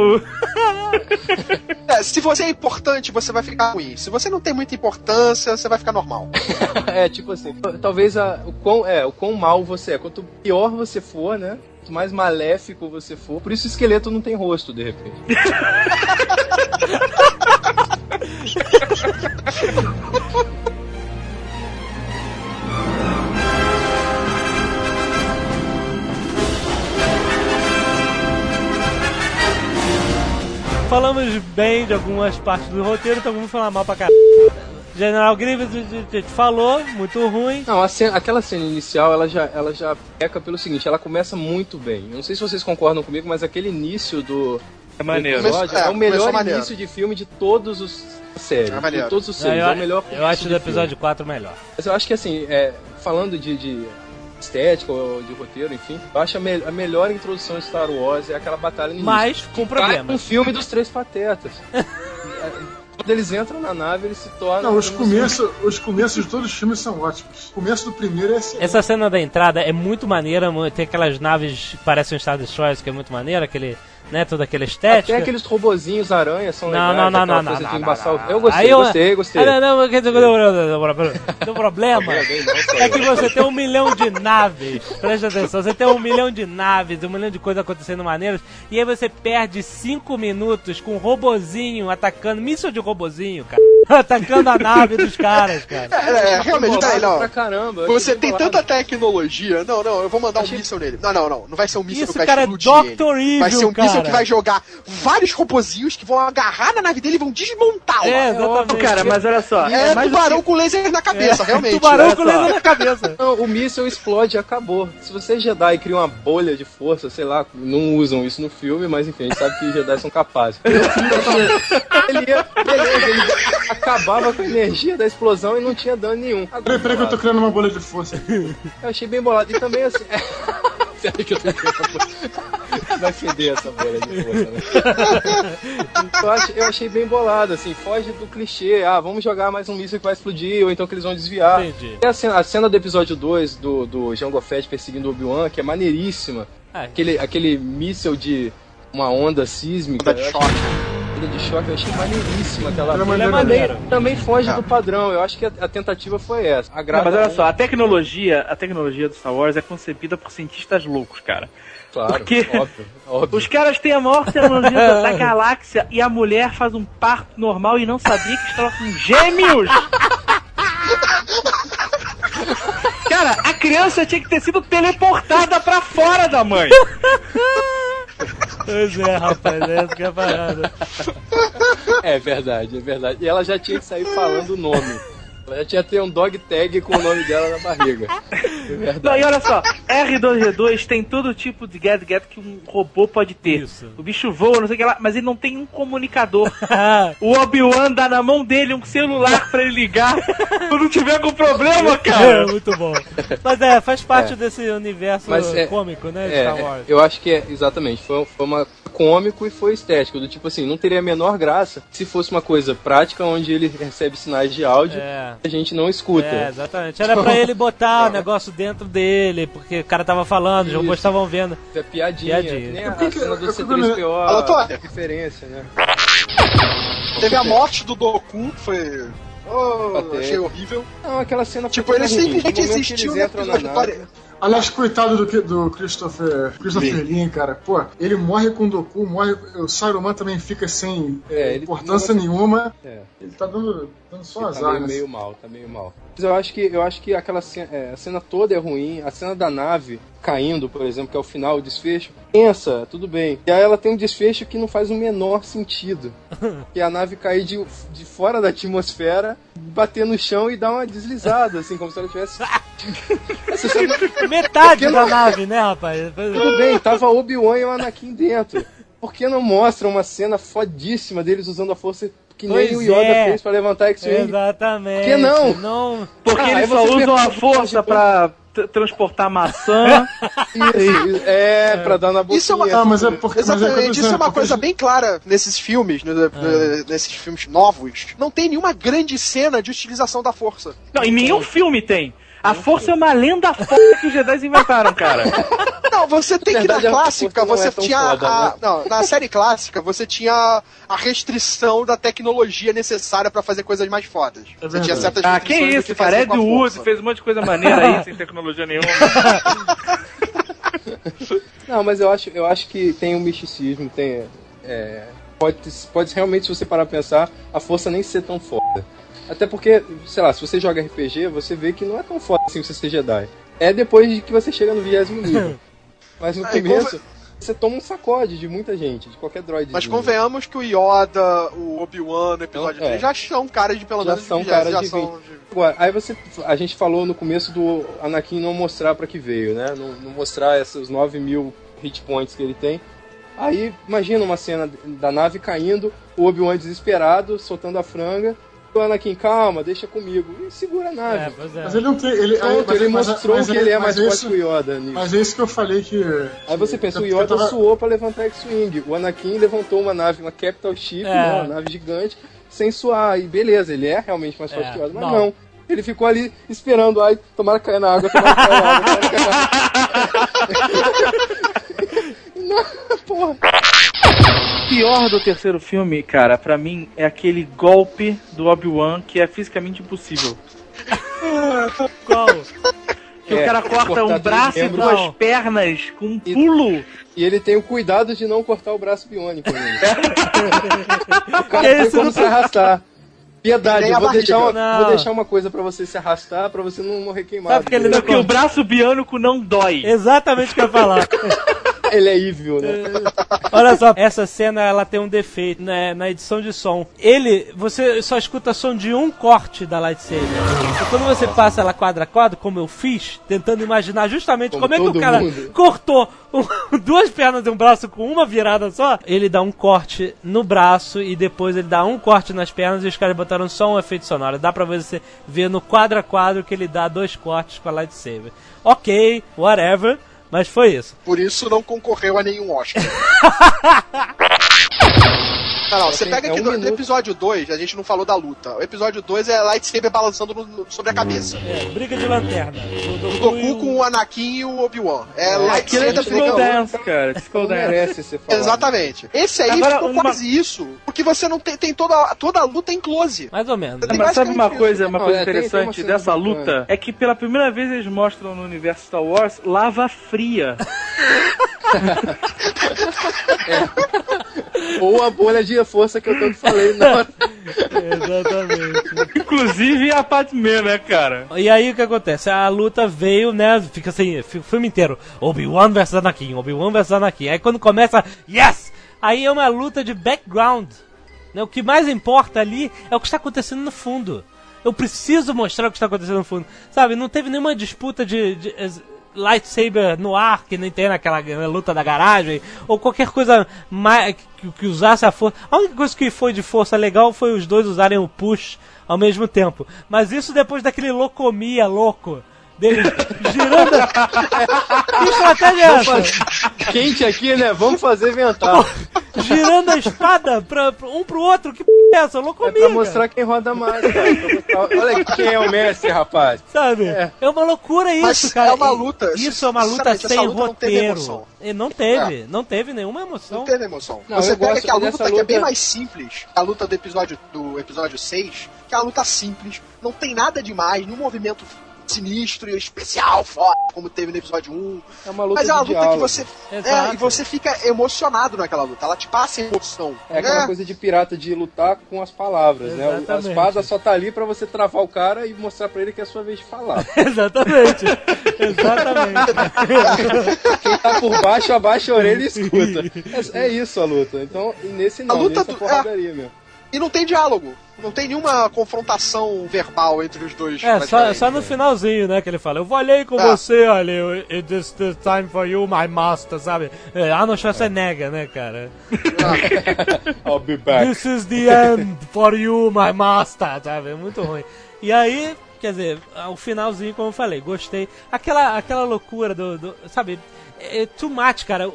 Se você é importante, você vai ficar ruim. Se você não tem muita importância, você vai ficar normal. Tipo assim, talvez o quão mal você é. Quanto pior você for, né? Quanto mais maléfico você for. Por isso o esqueleto não tem rosto, de repente. Falamos bem de algumas partes do roteiro, então vamos falar mal pra caralho. General Grievous falou, muito ruim. Não, aquela cena inicial, ela já peca pelo seguinte, ela começa muito bem. Eu não sei se vocês concordam comigo, mas aquele início do episódio é o melhor início de filme de todos os séries. De todos os séries, é o melhor. Eu acho do episódio 4 melhor. Mas eu acho que assim, falando de estética ou de roteiro, enfim, eu acho a melhor introdução de Star Wars é aquela batalha no início. Mas com problema. Um filme dos Três Patetas. Quando eles entram na nave, eles se tornam... Não, os começos de todos os filmes são ótimos. O começo do primeiro é excelente. Essa cena da entrada é muito maneira, tem aquelas naves que parecem um Star Destroyer, que é muito maneira, né, toda aquela estética. Até aqueles robozinhos aranha são legais. Não. Eu gostei. O problema é que você tem 1 milhão de naves. Presta atenção, você tem 1 milhão de naves, 1 milhão de coisas acontecendo maneiras, e aí você perde 5 minutos com um robozinho atacando, míssil de robozinho, cara. Atacando a nave dos caras, cara. Realmente, não. Pra caramba, você tem tanta tecnologia. Não, eu vou mandar um míssil nele. Não vai ser um míssil que vai explodir ele. Dr. Evil, vai ser um míssil que vai jogar vários robozinhos que vão agarrar na nave dele e vão desmontá-la. Exatamente. Cara, mas olha só. É tubarão com laser na cabeça, realmente. Tubarão com laser na cabeça. Não, o míssil explode e acabou. Se você é Jedi e cria uma bolha de força, sei lá, não usam isso no filme, mas enfim, a gente sabe que Jedi são capazes. Ele acabava com a energia da explosão e não tinha dano nenhum. Peraí que eu tô criando uma bolha de força. Eu achei bem bolado. E também assim... Peraí que eu tô vai feder essa bolha de força, né? Eu achei bem bolado, assim, foge do clichê. Vamos jogar mais um míssil que vai explodir, ou então que eles vão desviar. Entendi. Tem a cena do episódio 2 do Jango Fett perseguindo o Obi-Wan, que é maneiríssima. Aquele míssil de uma onda sísmica. Onda de choque. De choque, eu achei maneiríssima aquela. Também foge do padrão. Eu acho que a tentativa foi essa. Mas olha só, a tecnologia do Star Wars é concebida por cientistas loucos, cara. Claro, porque óbvio. Os caras têm a maior tecnologia da galáxia e a mulher faz um parto normal e não sabia que estava com gêmeos. Cara, a criança tinha que ter sido teleportada pra fora da mãe. Pois é, rapaz, essa que é a parada. É verdade. E ela já tinha que sair falando o nome. Ela já tinha que ter um dog tag com o nome dela na barriga. É verdade. Não, e olha só, R2-D2 tem todo tipo de gadget que um robô pode ter. Isso. O bicho voa, não sei o que lá, mas ele não tem um comunicador. O Obi-Wan dá na mão dele um celular pra ele ligar quando tiver com problema, cara. É, muito bom. Mas faz parte desse universo cômico, né, de Star Wars. Eu acho que exatamente, foi uma cômico e foi estético, do tipo assim, não teria a menor graça se fosse uma coisa prática onde ele recebe sinais de áudio e a gente não escuta. Exatamente. Era pra ele botar o negócio dentro dele, porque o cara tava falando, os robôs estavam vendo. É piadinha. Que nem a cena do C3PO, a referência, né? Teve a morte do Doku, que foi... achei horrível. Não, aquela cena tipo, ele simplesmente existiu no episódio. Aliás, coitado do Christopher Lee, cara. Pô, ele morre com o Doku, o Saruman também fica sem importância nenhuma. Ele tá dando só azar. Tá meio mal. Mas eu acho que aquela cena, a cena toda é ruim. A cena da nave caindo, por exemplo, que é o final, o desfecho, pensa, tudo bem. E aí ela tem um desfecho que não faz o menor sentido. Que a nave cair de fora da atmosfera, bater no chão e dar uma deslizada, assim, como se ela tivesse... Metade da nave, né, rapaz? Tudo bem, tava Obi-Wan e o Anakin dentro. Por que não mostra uma cena fodíssima deles usando a força que nem o Yoda fez pra levantar a X-Wing? Exatamente. Por que não? Porque eles só usam a força pra transportar maçã. Isso, pra dar na boquinha. Isso é uma coisa bem clara nesses filmes, nesses filmes novos. Não tem nenhuma grande cena de utilização da força. Não, em nenhum filme tem. A força é uma lenda foda que os Jedi inventaram, cara. Não, você tem que na clássica, você tinha na série clássica, você tinha a restrição da tecnologia necessária pra fazer coisas mais fodas. Você tinha certas que isso, cara, Ed Wood fez um monte de coisa maneira aí, sem tecnologia nenhuma. Não, mas eu acho que tem um misticismo, tem... pode realmente, se você parar pra pensar, a força nem ser tão foda. Até porque, sei lá, se você joga RPG, você vê que não é tão foda assim você ser Jedi. É depois de que você chega no 20º nível. Mas no começo, você toma um sacode de muita gente, de qualquer droid. Mas convenhamos que o Yoda, o Obi-Wan no episódio 3 já são caras de pelo menos... Aí a gente falou no começo do Anakin não mostrar pra que veio, né? Não mostrar esses 9.000 hit points que ele tem. Aí, imagina uma cena da nave caindo, o Obi-Wan desesperado, soltando a franga. O Anakin, calma, deixa comigo. E segura a nave. Mas ele não tem... Ele mostrou que ele é mais forte que o Yoda nisso. Mas é isso que eu falei que... Aí você pensa, o Yoda suou pra levantar a X-Wing. O Anakin levantou uma nave, uma Capital Ship, uma nave gigante, sem suar. E beleza, ele é realmente mais forte que o Yoda. Mas não. Ele ficou ali esperando. Ai, tomara cair na água, tomara cair na água. Não, porra. O pior do terceiro filme, cara, pra mim, é aquele golpe do Obi-Wan que é fisicamente impossível. Qual? Que o cara corta um braço e duas pernas com um pulo. E ele tem o cuidado de não cortar o braço biônico nele. O cara tem como se arrastar. Piedade, eu vou deixar uma coisa pra você se arrastar, pra você não morrer queimado. Porque o braço biônico não dói. Exatamente o que eu ia falar. Ele é evil, né? Olha só, essa cena ela tem um defeito, né, na edição de som. Você só escuta som de um corte da lightsaber. E quando você passa ela quadro a quadro, como eu fiz, tentando imaginar justamente como é que o cara cortou duas pernas e um braço com uma virada só, ele dá um corte no braço e depois ele dá um corte nas pernas e os caras botaram só um efeito sonoro. Dá pra você ver no quadro a quadro que ele dá dois cortes com a lightsaber. Ok, whatever. Mas foi isso. Por isso não concorreu a nenhum Oscar. Não, você pega aqui no episódio 2, a gente não falou da luta. O episódio 2 é lightsaber balançando sobre a cabeça. Briga de lanterna. O Goku com o Anakin e o Obi-Wan. Lightsaber da Skull Dance, cara. Skull Dance. Exatamente. Esse aí agora, ficou quase isso, porque você não tem toda a luta em close. Mais ou menos. Mas sabe uma coisa interessante dessa luta? É que pela primeira vez eles mostram no universo Star Wars lava fria. Ou a bolha de força que eu tanto falei na hora. Exatamente. Inclusive a Padmé, né, cara? E aí o que acontece? A luta veio, né? Fica assim, o filme inteiro. Obi-Wan vs Anakin, Obi-Wan vs Anakin. Aí quando começa, yes! Aí é uma luta de background. Né? O que mais importa ali é o que está acontecendo no fundo. Eu preciso mostrar o que está acontecendo no fundo. Sabe, não teve nenhuma disputa de lightsaber no ar, que nem tem naquela luta da garagem, ou qualquer coisa mais que usasse a força. A única coisa que foi de força legal foi os dois usarem o push ao mesmo tempo. Mas isso depois daquele locomia louco dele girando. Que estratégia é essa? Quente aqui, né? Vamos fazer ventar. Girando a espada um pro outro. Que p*** é essa? Locomia. É pra mostrar quem roda mais, cara. Olha quem é o mestre, rapaz. Sabe? É uma loucura isso, mas cara. É uma luta. Isso é uma luta sem roteiro. Não teve nenhuma emoção. Não teve emoção. Não, você pega que a luta que é bem mais simples, a luta do episódio 6, que é uma luta simples, não tem nada demais, no movimento sinistro e especial, foda, como teve no episódio 1. É uma luta mas é uma de luta diálogo. que você... e você fica emocionado naquela luta. Ela te passa emoção. É aquela coisa de pirata de lutar com as palavras, né? A espada só tá ali pra você travar o cara e mostrar pra ele que é a sua vez de falar. Exatamente. Quem tá por baixo, abaixa a orelha e escuta. É isso a luta. Então, nesse não, nesse é porradaria mesmo. E não tem diálogo. Não tem nenhuma confrontação verbal entre os dois. Só no finalzinho, né, que ele fala, eu vou ali com você, olha, it's the time for you, my master, sabe? Arnold Schwarzenegger, né, cara? I'll be back. This is the end for you, my master, sabe? É muito ruim. E aí, quer dizer, o finalzinho, como eu falei, gostei. Aquela loucura sabe? É too much, cara.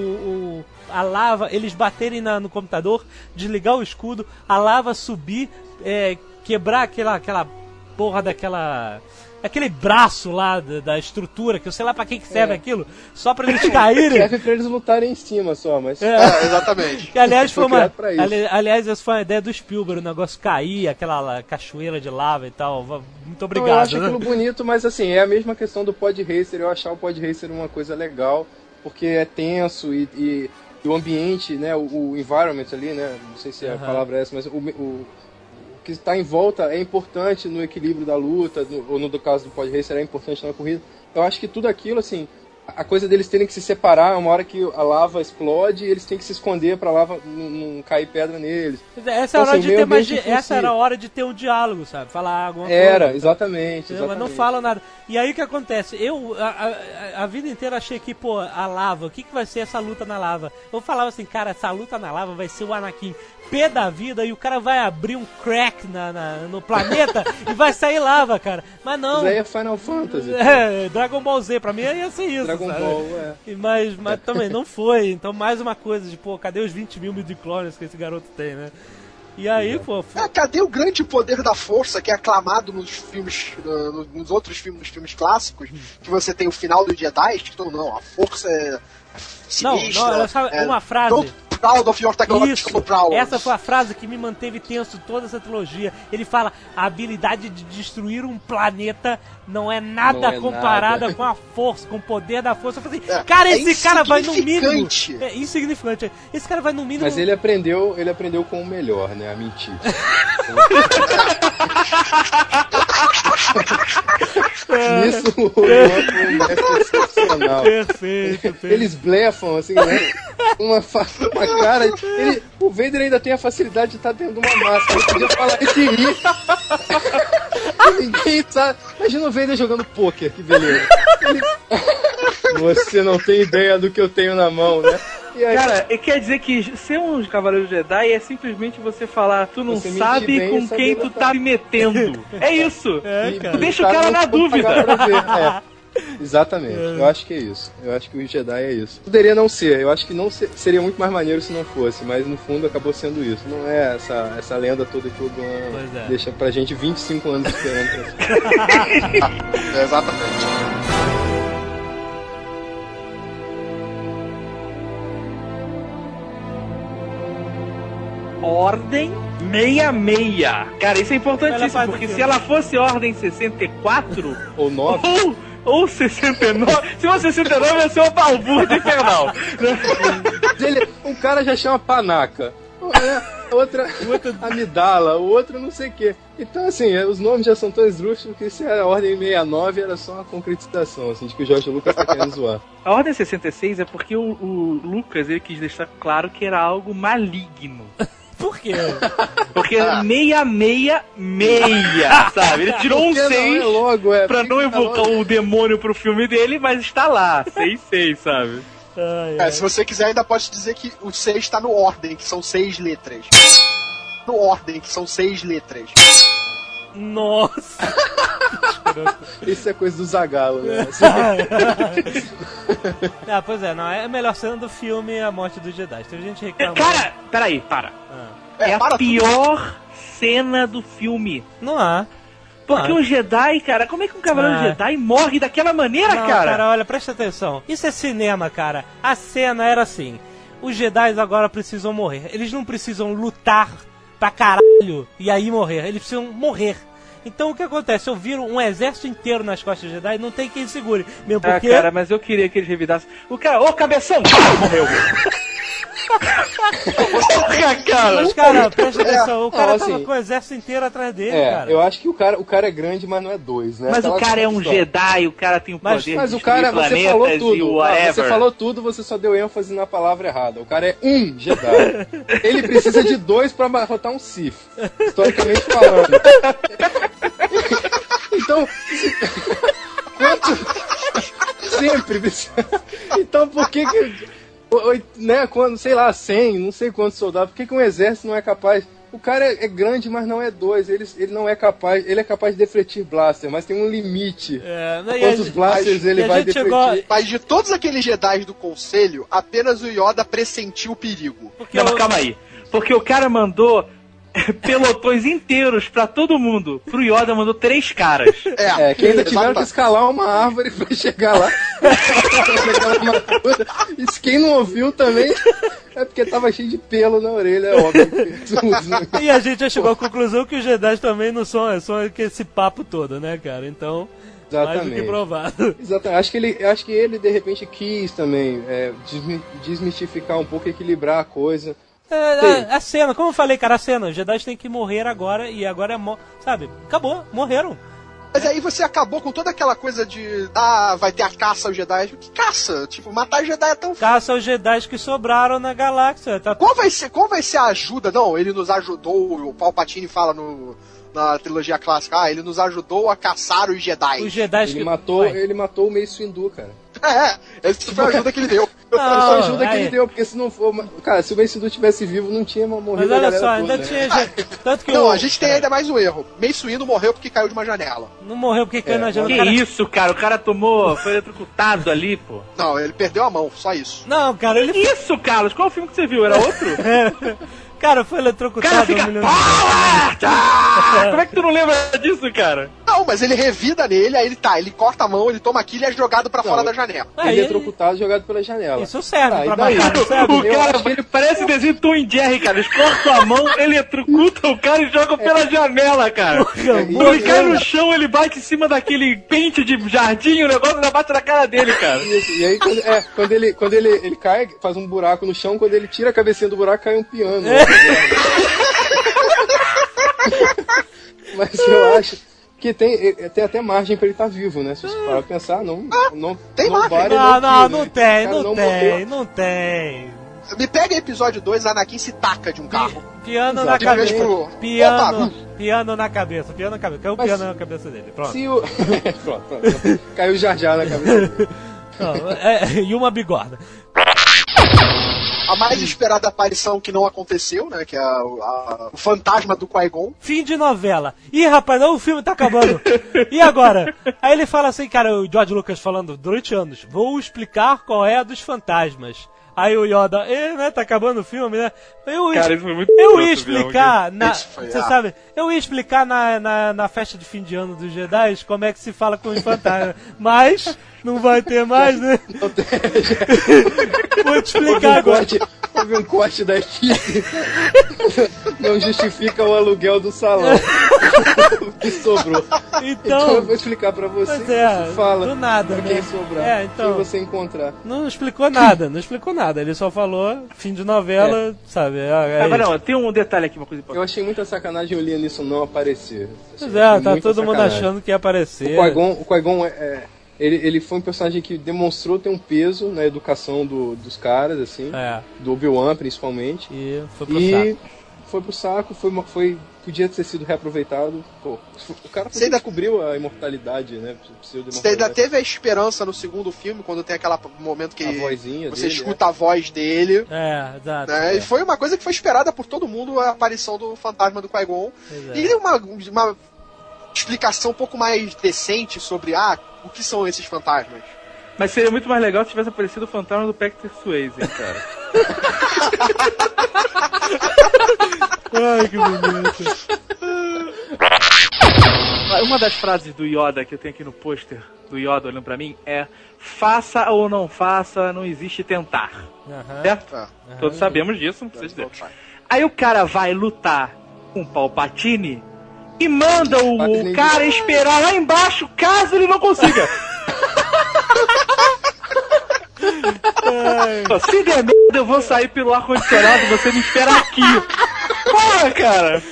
A lava, eles baterem no computador, desligar o escudo, a lava subir, quebrar aquela porra aquele braço lá da estrutura, que eu sei lá pra que serve aquilo, só pra eles caírem. Serve pra eles lutarem em cima só, mas... exatamente. Que, aliás, essa foi uma ideia do Spielberg, o negócio cair, aquela cachoeira de lava e tal. Muito obrigado. Eu acho aquilo bonito, mas assim, é a mesma questão do Pod Racer, eu achar o Pod Racer uma coisa legal, porque é tenso e o ambiente, né, o environment ali, né, não sei se a palavra é essa, mas o que está em volta é importante no equilíbrio da luta, ou no caso do Pod Racer é importante na corrida. Eu acho que tudo aquilo, assim, a coisa deles terem que se separar, uma hora que a lava explode, eles têm que se esconder pra lava não cair pedra neles. Essa era a hora de ter um diálogo, sabe? Falar alguma coisa. Era, exatamente. Mas não falam nada. E aí o que acontece? Eu, a vida inteira achei que, pô, a lava, o que vai ser essa luta na lava? Eu falava assim, cara, essa luta na lava vai ser o Anakin pé da vida e o cara vai abrir um crack no planeta e vai sair lava, cara. Mas não. Isso aí é Final Fantasy. Dragon Ball Z, pra mim ia ser isso. Dragon Ball, Mas também não foi. Então mais uma coisa de, pô, cadê os 20 mil midi-clones que esse garoto tem, né? E aí, pô... cadê o grande poder da força que é aclamado nos filmes, nos outros filmes, nos filmes clássicos, que você tem o final do Jedi, que não, a força é sinistra. Não, uma frase... Proud of your technological prowess. Essa foi a frase que me manteve tenso toda essa trilogia. Ele fala, a habilidade de destruir um planeta não é nada comparada com a força, com o poder da força. Eu falei assim, cara, esse cara vai no mínimo... É insignificante. Esse cara vai no mínimo... Mas ele aprendeu com o melhor, né? A mentir. Isso é excepcional. Perfeito. Eles blefam, assim, né? Uma cara. O Vader ainda tem a facilidade de estar dentro de uma máscara. Ele podia falar isso e rir. Ninguém sabe. Imagina o Vader jogando pôquer, que beleza. Você não tem ideia do que eu tenho na mão, né? E aí, cara, quer dizer que ser um Cavaleiro Jedi é simplesmente você falar, tu não sabe com quem tu tá me metendo. É isso. Cara. Deixa o cara na dúvida. Exatamente, eu acho que é isso. Eu acho que o Jedi é isso. Poderia não ser, eu acho que não seria muito mais maneiro se não fosse, mas no fundo acabou sendo isso. Não é essa lenda toda que o Obi-Wan deixa pra gente 25 anos esperando. Exatamente. Ordem 66. Cara, isso é importantíssimo, porque se ela fosse Ordem 64 ou 9 ou 69, se fosse 69 ia ser uma balbúrdia infernal. O cara já chama Panaca, outra Amidala, o outro não sei o que. Então assim, os nomes já são tão esdrúxulos que se a Ordem 69 era só uma concretização, assim, de que o George Lucas tá querendo zoar. A Ordem 66 é porque o Lucas, ele quis deixar claro que era algo maligno. Por quê? Porque 666, sabe? Ele tirou um 6 pra não evocar o demônio pro filme dele, mas está lá, 66, sabe? Se você quiser, ainda pode dizer que o 6 tá no Ordem, que são 6 letras. No Ordem, que são 6 letras. Nossa! Isso é coisa do Zagalo, né? Pois é, não, é a melhor cena do filme A Morte dos Jedi. Teve gente reclamando. Cara, peraí, para. É a pior cena do filme. Não há. Porque um Jedi, cara, como é que um cavaleiro Jedi morre daquela maneira, cara? Olha, presta atenção. Isso é cinema, cara. A cena era assim. Os Jedi agora precisam morrer. Eles não precisam lutar pra caralho e aí morrer. Eles precisam morrer. Então o que acontece? Eu viro um exército inteiro nas costas de Jedi, não tem quem segure. Mesmo porque... cara, mas eu queria que eles revidassem. O cara, cabeção! Morreu! Mas, cara, presta atenção, o cara tava com o exército inteiro atrás dele, cara. Eu acho que o cara é grande, mas não é 2, né? Mas o cara é um Jedi, o cara tem o poder mas o cara, você falou tudo. Você falou tudo, você só deu ênfase na palavra errada. O cara é um Jedi. Ele precisa de 2 pra derrotar um Sith, historicamente falando. Então, sempre. Então por que né, quando, sei lá, 100, não sei quantos soldados, por que um exército não é capaz? O cara é grande, mas não é 2, ele não é capaz, ele é capaz de defletir blaster, mas tem um limite. Quantos blasters ele vai defletir? Mas de todos aqueles Jedi do Conselho, apenas o Yoda pressentiu o perigo. Não, mas calma aí, porque o cara mandou pelotões inteiros pra todo mundo. Pro Yoda mandou 3 caras. Que ainda tiveram que escalar uma árvore pra chegar lá. Isso quem não ouviu também é porque tava cheio de pelo na orelha, é óbvio. E a gente já chegou à conclusão que os Jedi também não são, só esse papo todo, né, cara? Então, exatamente. Mais do que provado. Exatamente. Acho que ele de repente quis também desmistificar um pouco, equilibrar a coisa. A cena, como eu falei, cara, a cena, os Jedi têm que morrer agora, e agora sabe, acabou, morreram. Mas aí você acabou com toda aquela coisa de, vai ter a caça aos Jedi. Que caça? Tipo, matar Jedi é tão... Caça aos Jedi que sobraram na galáxia. Tá... Qual vai ser a ajuda? Não, ele nos ajudou, o Palpatine fala na trilogia clássica, ele nos ajudou a caçar os Jedi. Os Jedi ele matou o Mace Windu, cara. Essa foi a ajuda que ele deu. Foi a ajuda que ele deu, porque se não for... Cara, se o Mace Windu tivesse vivo, não tinha morrido. Mas olha só, ainda tinha gente... Tanto que a gente tem ainda mais um erro. Mace Windu morreu porque caiu de uma janela. Não morreu porque caiu na janela. Que isso, cara? O cara foi eletrocutado ali, pô. Não, ele perdeu a mão, só isso. Não, cara, ele... Isso, Carlos? Qual o filme que você viu? Era outro? Cara, foi eletrocutado. Cara, fica... Como é que tu não lembra disso, cara? Não, mas ele revida nele, aí ele corta a mão, ele toma aquilo e é jogado pra fora da janela. Ele é eletrocutado, jogado pela janela. Isso serve pra matar, não serve? O cara, ele parece desenho Tom e Jerry, cara. Eles cortam a mão, eletrocutam o cara e jogam pela janela, cara. Quando ele cai no chão, ele bate em cima daquele pente de jardim, o negócio ainda bate na cara dele, cara. E aí, quando ele cai, faz um buraco no chão, quando ele tira a cabecinha do buraco, cai um piano. Mas eu acho que tem até margem pra ele estar vivo, né? Se você parar pra pensar, não tem margem. Não tem. Me pega episódio 2, Anakin se taca de um carro. Piano na cabeça. Piano na cabeça. Caiu o piano na cabeça dele. Pronto. Pronto. Caiu o Jar Jar na cabeça dele. E uma bigorna. A mais esperada aparição que não aconteceu, né? Que é o fantasma do Qui-Gon. Fim de novela. Ih, rapaz, não, o filme tá acabando. E agora? Aí ele fala assim, cara, o George Lucas falando durante anos, vou explicar qual é a dos fantasmas. Aí o Yoda, né, tá acabando o filme, né? Eu ia explicar, você sabe, eu ia explicar na festa de fim de ano dos Jedi como é que se fala com os fantasmas, mas não vai ter mais, né? Não tem. Vou te explicar agora. Houve um corte da equipe. Não justifica o aluguel do salão. O que sobrou. Então eu vou explicar pra você. Você fala do nada, quem né? sobrar, Então, quem você encontrar. Não explicou nada. Ele só falou fim de novela, sabe? Agora não, tem um detalhe aqui, uma coisa importante. Eu achei muita sacanagem o Liam Neeson não aparecer. Pois é, tá todo mundo achando que ia aparecer. O Qui-Gon ele foi um personagem que demonstrou ter um peso na educação dos caras, assim. Do Obi-Wan, principalmente. E foi pro saco. Podia ter sido reaproveitado. Pô, o cara descobriu a imortalidade, né? Você ainda teve a esperança no segundo filme, quando tem aquele momento que você escuta a voz dele. Exato. Né? E foi uma coisa que foi esperada por todo mundo, a aparição do fantasma do Qui-Gon. E uma explicação um pouco mais decente sobre o que são esses fantasmas. Mas seria muito mais legal se tivesse aparecido o fantasma do Patrick Swayze, cara. Ai, que bonito. Uma das frases do Yoda que eu tenho aqui no pôster do Yoda olhando pra mim é: faça ou não faça, não existe tentar. Certo? Todos sabemos disso, não precisa dizer. Aí o cara vai lutar com o Palpatine e manda o cara esperar lá embaixo caso ele não consiga. Se der merda, eu vou sair pelo ar-condicionado, você me espera aqui. Porra, cara!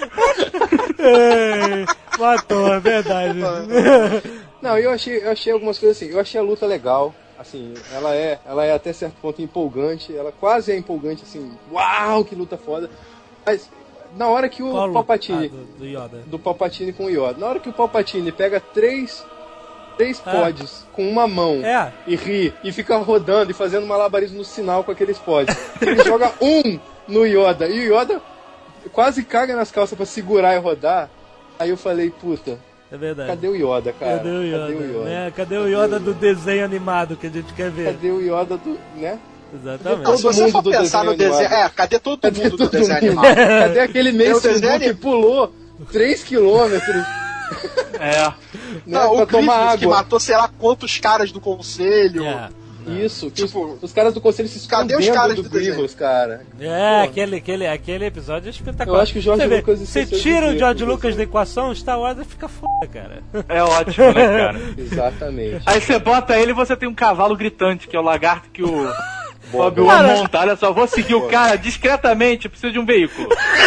Matou, é verdade. Não, eu achei algumas coisas assim. Eu achei a luta legal. Assim, ela é até certo ponto empolgante. Ela quase é empolgante, assim. Uau, que luta foda. Mas na hora que o Palpatine... do Yoda. Do Palpatine com o Yoda. Na hora que o Palpatine pega três pods com uma mão e ri e fica rodando e fazendo malabarismo no sinal com aqueles pods. Ele joga no Yoda e o Yoda quase caga nas calças pra segurar e rodar. Aí eu falei, puta, é verdade. Cadê o Yoda, cara? Cadê o Yoda? Cadê o Yoda do desenho animado que a gente quer ver? Cadê o Yoda do... né? Exatamente. Quando você for pensar no desenho... cadê todo mundo do desenho animado? Cadê aquele Mason que pulou 3 quilômetros? Não, o Grievous que matou sei lá quantos caras do conselho. Isso, tipo, os caras do conselho se escondendo. Cadê os caras do Grievous, cara? Aquele episódio é espetacular. Eu acho que o George Lucas... Você tira o George Lucas da equação, Star Wars fica foda, cara. É ótimo, né, cara? Exatamente. Aí você bota ele e você tem um cavalo gritante, que é o lagarto que o Obi-Wan monta. Olha só, vou seguir o cara discretamente, preciso de um veículo.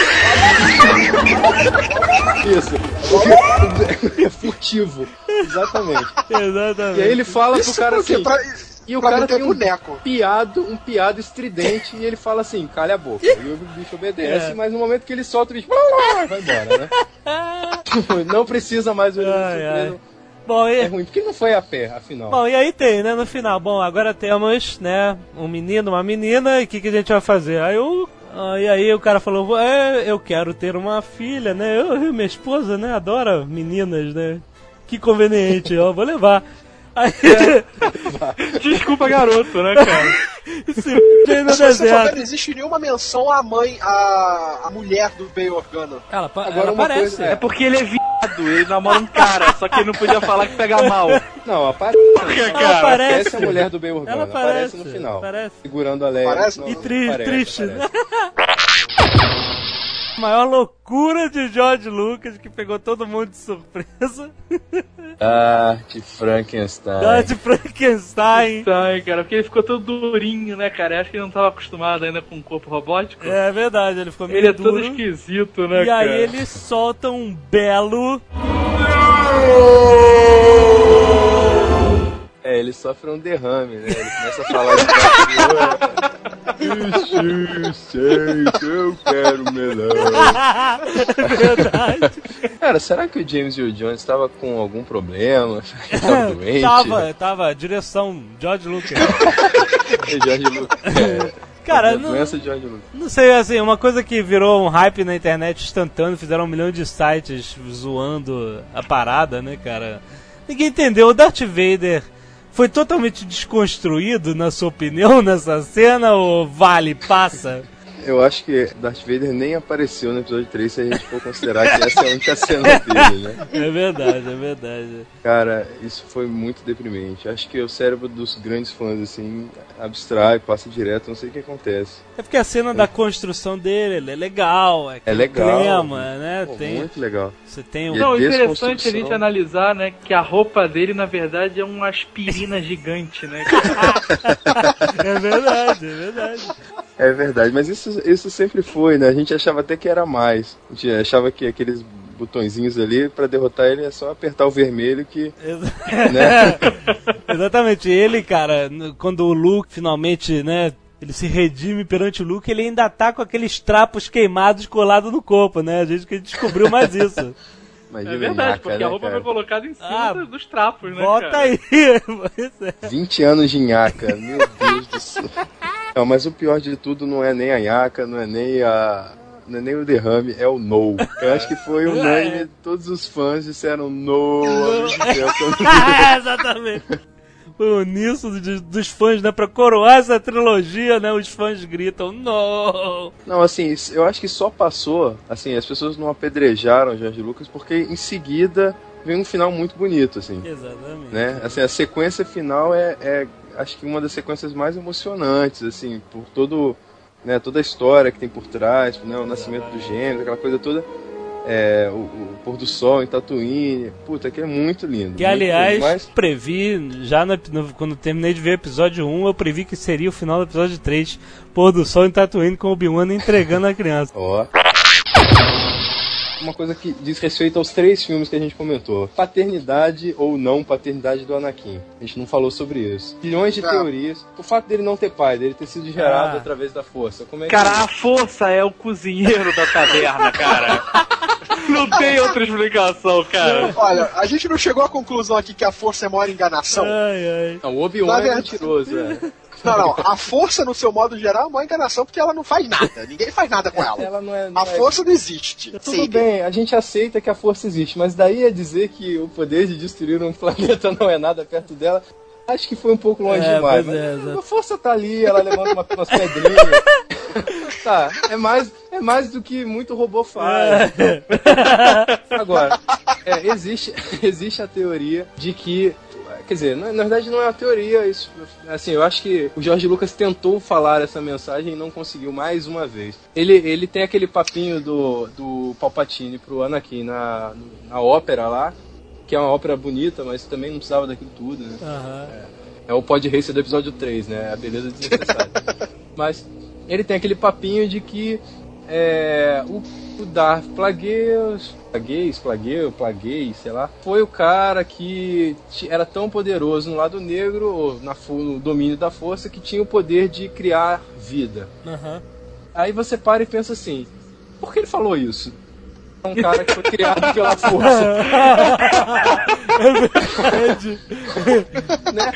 Isso. É furtivo. Exatamente. E aí ele fala pro cara assim... E o cara tem um piado estridente e ele fala assim, calha a boca. E o bicho obedece, mas no momento que ele solta o bicho, vai embora, né? Não precisa mais o surpresa. Bom, é ruim, porque não foi a pé, afinal. Bom, e aí tem, né, no final. Bom, agora temos, né, um menino, uma menina, e o que a gente vai fazer? E aí o cara falou, eu quero ter uma filha, né? Eu minha esposa, né, adora meninas, né? Que conveniente, eu vou levar. Aí... Desculpa, garoto, né, cara? Mas se você for ver, não existe nenhuma menção à mãe, à mulher do Bail Organa. Ela aparece. É porque ele é viado, ele namora um cara, só que ele não podia falar que pega mal. Não, aparece. Ela aparece. A mulher do Bail Organa. Ela aparece no final. Aparece. Segurando a Leia. E triste. Maior loucura de George Lucas, que pegou todo mundo de surpresa. De Frankenstein. Ai, cara, porque ele ficou todo durinho, né, cara? Eu acho que ele não estava acostumado ainda com um corpo robótico. É verdade, ele ficou meio duro. Ele é todo esquisito, né, e cara? E aí ele solta um belo... Ele sofre um derrame, né? Ele começa a falar de eu quero melão. É verdade. Cara, será que o James Earl Jones estava com algum problema? Tava doente? Tava, direção George Lucas. George Lucas. Cara, doença de George Lucas. Não sei, assim, uma coisa que virou um hype na internet instantâneo, fizeram 1 milhão de sites zoando a parada, né, cara? Ninguém entendeu. O Darth Vader foi totalmente desconstruído, na sua opinião, nessa cena, ou passa? Eu acho que Darth Vader nem apareceu no episódio 3 se a gente for considerar que essa é a única cena dele, né? É verdade. Cara, isso foi muito deprimente. Acho que o cérebro dos grandes fãs, assim, abstrai, passa direto, não sei o que acontece. É porque a cena da construção dele é legal. É legal. Clima, né? Pô, muito legal. Você tem um... Não, interessante a gente analisar, né, que a roupa dele, na verdade, é uma aspirina gigante, né? É verdade. É verdade, mas isso sempre foi, né? A gente achava até que era mais. A gente achava que aqueles botõezinhos ali, pra derrotar ele é só apertar o vermelho que... né? Exatamente. Ele, cara, quando o Luke finalmente, né, ele se redime perante o Luke, ele ainda tá com aqueles trapos queimados colados no corpo, né? A gente descobriu mais isso. Imagina, é verdade, nhaca, porque né, a roupa foi colocada em cima dos trapos, né, Bota cara? aí! 20 anos de nhaca, meu Deus do céu. Não, mas o pior de tudo não é nem a nhaca, não é nem o derrame, é o no. Eu acho que foi unânime, todos os fãs disseram no. Exatamente. Foi o uníssono dos fãs, né? Pra coroar essa trilogia, né? Os fãs gritam, no! Não, assim, eu acho que só passou, assim, as pessoas não apedrejaram o George Lucas porque em seguida vem um final muito bonito, assim. Exatamente. Né? Assim, a sequência final é acho que uma das sequências mais emocionantes, assim, por toda a história que tem por trás, né? O nascimento dos gêmeos, aquela coisa toda. O pôr do sol em Tatooine, puta, que é muito lindo. Que, aliás, previ, já quando terminei de ver o episódio 1, eu previ que seria o final do episódio 3, pôr do sol em Tatooine com o Obi-Wan entregando a criança. Ó. Uma coisa que diz respeito aos 3 filmes que a gente comentou. Paternidade ou não paternidade do Anakin. A gente não falou sobre isso. Milhões de teorias. O fato dele não ter pai, dele ter sido gerado através da força. Como é que cara, a força é o cozinheiro da taverna, cara. Não tem outra explicação, cara. Olha, a gente não chegou à conclusão aqui que a força é a maior enganação. Não, o Obi-Wan é mentiroso, Não, a força, no seu modo geral, é uma enganação porque ela não faz nada. Ninguém faz nada com ela. Ela não é, a força não existe. Tudo bem, a gente aceita que a força existe, mas daí a dizer que o poder de destruir um planeta não é nada perto dela, acho que foi um pouco longe demais. Mas a força tá ali, ela levanta umas pedrinhas. Tá, é mais do que muito robô faz. Agora, existe a teoria de que... Quer dizer, na verdade não é uma teoria, isso, assim, eu acho que o George Lucas tentou falar essa mensagem e não conseguiu mais uma vez. Ele tem aquele papinho do Palpatine pro Anakin na ópera lá, que é uma ópera bonita, mas também não precisava daquilo tudo, né? Uhum. É o pod racer do episódio 3, né? A beleza desnecessária. Mas ele tem aquele papinho de que o Darth Plagueis, sei lá, foi o cara que era tão poderoso no lado negro, ou no domínio da força, que tinha o poder de criar vida. Uhum. Aí você para e pensa assim, por que ele falou isso? É um cara que foi criado pela força. É verdade. Né?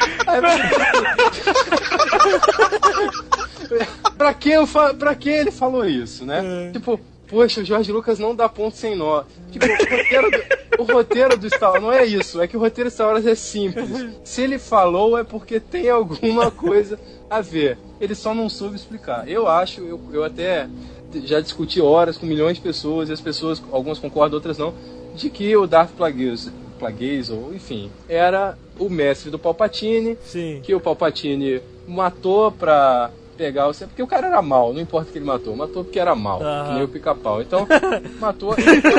Pra que ele falou isso, né? Tipo, poxa, o George Lucas não dá ponto sem nó. Tipo, o roteiro do Star Wars não é isso. É que o roteiro do Star Wars é simples. Se ele falou, é porque tem alguma coisa a ver. Ele só não soube explicar. Eu acho, eu até já discuti horas com milhões de pessoas, e as pessoas, algumas concordam, outras não, de que o Darth Plagueis, ou enfim, era o mestre do Palpatine. Sim. Que o Palpatine matou pra pegar porque o cara era mau, não importa que ele matou porque era mau, que nem o Pica-Pau. Então, matou.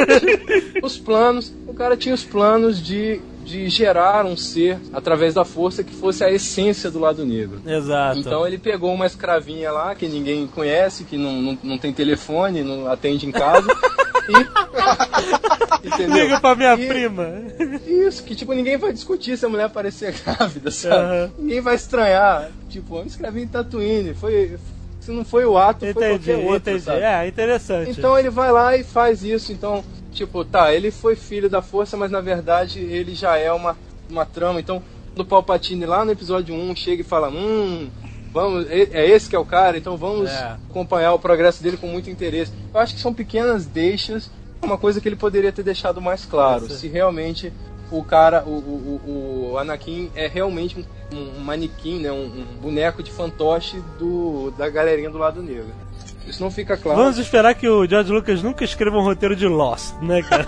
O cara tinha os planos de gerar um ser através da força que fosse a essência do lado negro. Exato. Então ele pegou uma escravinha lá que ninguém conhece, que não tem telefone, não atende em casa. Entendeu? Liga pra minha prima. Isso, que tipo, ninguém vai discutir se a mulher aparecer grávida, sabe? Ninguém vai estranhar. Tipo, uma escravinha em Tatooine. Se não foi o ato, foi qualquer outro, sabe? Interessante. Então ele vai lá e faz isso. Então, tipo, ele foi filho da força, mas na verdade ele já é uma trama. Então, do Palpatine lá no episódio 1 chega e fala, Vamos, é esse que é o cara, então vamos acompanhar o progresso dele com muito interesse. Eu acho que são pequenas deixas, uma coisa que ele poderia ter deixado mais claro. Se realmente o cara, o Anakin é realmente um manequim, né, um boneco de fantoche da galerinha do lado negro. Isso não fica claro. Vamos esperar que o George Lucas nunca escreva um roteiro de Lost, né, cara?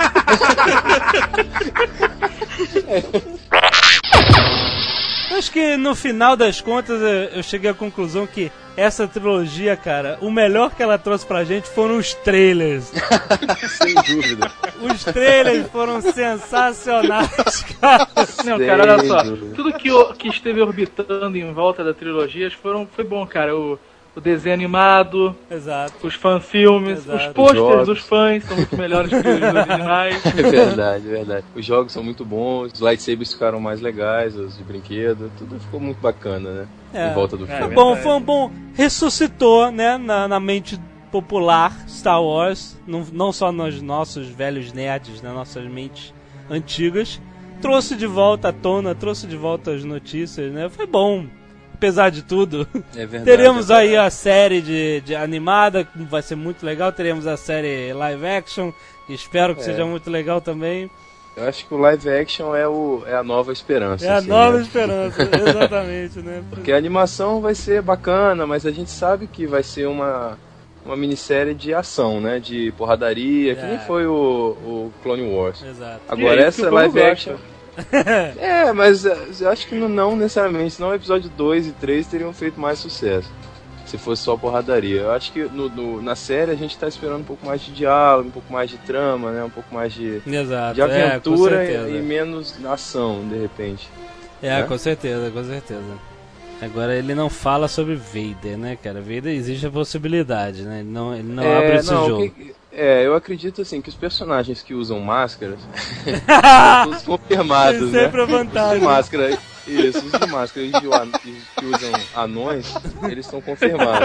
Acho que no final das contas eu cheguei à conclusão que essa trilogia, cara, o melhor que ela trouxe pra gente foram os trailers. Sem dúvida. Os trailers foram sensacionais, cara. Não, cara, olha só. Tudo que esteve orbitando em volta da trilogia foi bom, cara. O desenho animado, exato, os fanfilmes, os pôsteres dos fãs são muito melhores que os originais. É verdade, é verdade. Os jogos são muito bons, os lightsabers ficaram mais legais, os de brinquedo, tudo ficou muito bacana, né? Em volta do filme. Foi um bom. Ressuscitou, né, na mente popular Star Wars, não só nos nossos velhos nerds, nas nossas mentes antigas. Trouxe de volta à tona, trouxe de volta as notícias, né? Foi bom. Apesar de tudo, teremos aí a série de animada, que vai ser muito legal. Teremos a série live action, que espero que seja muito legal também. Eu acho que o live action é a nova esperança. É a nova esperança, exatamente, né? Porque a animação vai ser bacana, mas a gente sabe que vai ser uma minissérie de ação, né? De porradaria, que nem foi o Clone Wars. Exato. Agora essa live action... mas eu acho que não necessariamente, senão o episódio 2 e 3 teriam feito mais sucesso se fosse só porradaria. Eu acho que na série a gente tá esperando um pouco mais de diálogo, um pouco mais de trama, né? Um pouco mais de aventura e menos ação, de repente. Né? Com certeza. Agora ele não fala sobre Vader, né, cara? Vader existe a possibilidade, né? Ele não abre esse jogo. Eu acredito assim que os personagens que usam máscaras são todos confirmados, né? Sempre a vantagem. Os de máscara, os de máscara que usam anões, eles são confirmados.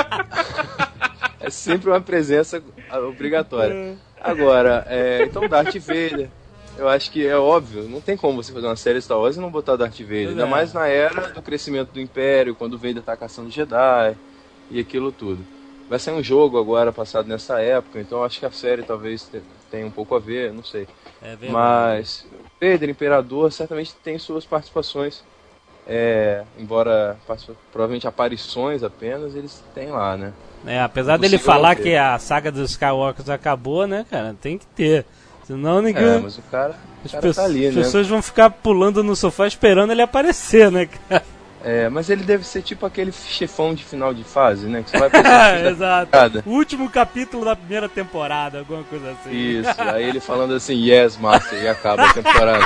É sempre uma presença obrigatória. Agora, então Darth Vader, eu acho que é óbvio, não tem como você fazer uma série Star Wars e não botar Darth Vader, ainda mais na era do crescimento do Império, quando o Vader tá caçando Jedi e aquilo tudo. Vai ser um jogo agora, passado nessa época, então acho que a série talvez tenha um pouco a ver, não sei. Mas Vader, Imperador, certamente tem suas participações, embora provavelmente aparições apenas, eles têm lá, né? Apesar dele falar que a saga dos Skywalkers acabou, né, cara, tem que ter. Senão ninguém... mas o cara tá ali, as pessoas vão ficar pulando no sofá esperando ele aparecer, né, cara? Mas ele deve ser tipo aquele chefão de final de fase, né? Que você vai passar exato. O úlimo capítulo da primeira temporada, alguma coisa assim. Isso, aí ele falando assim, yes, master, e acaba a temporada.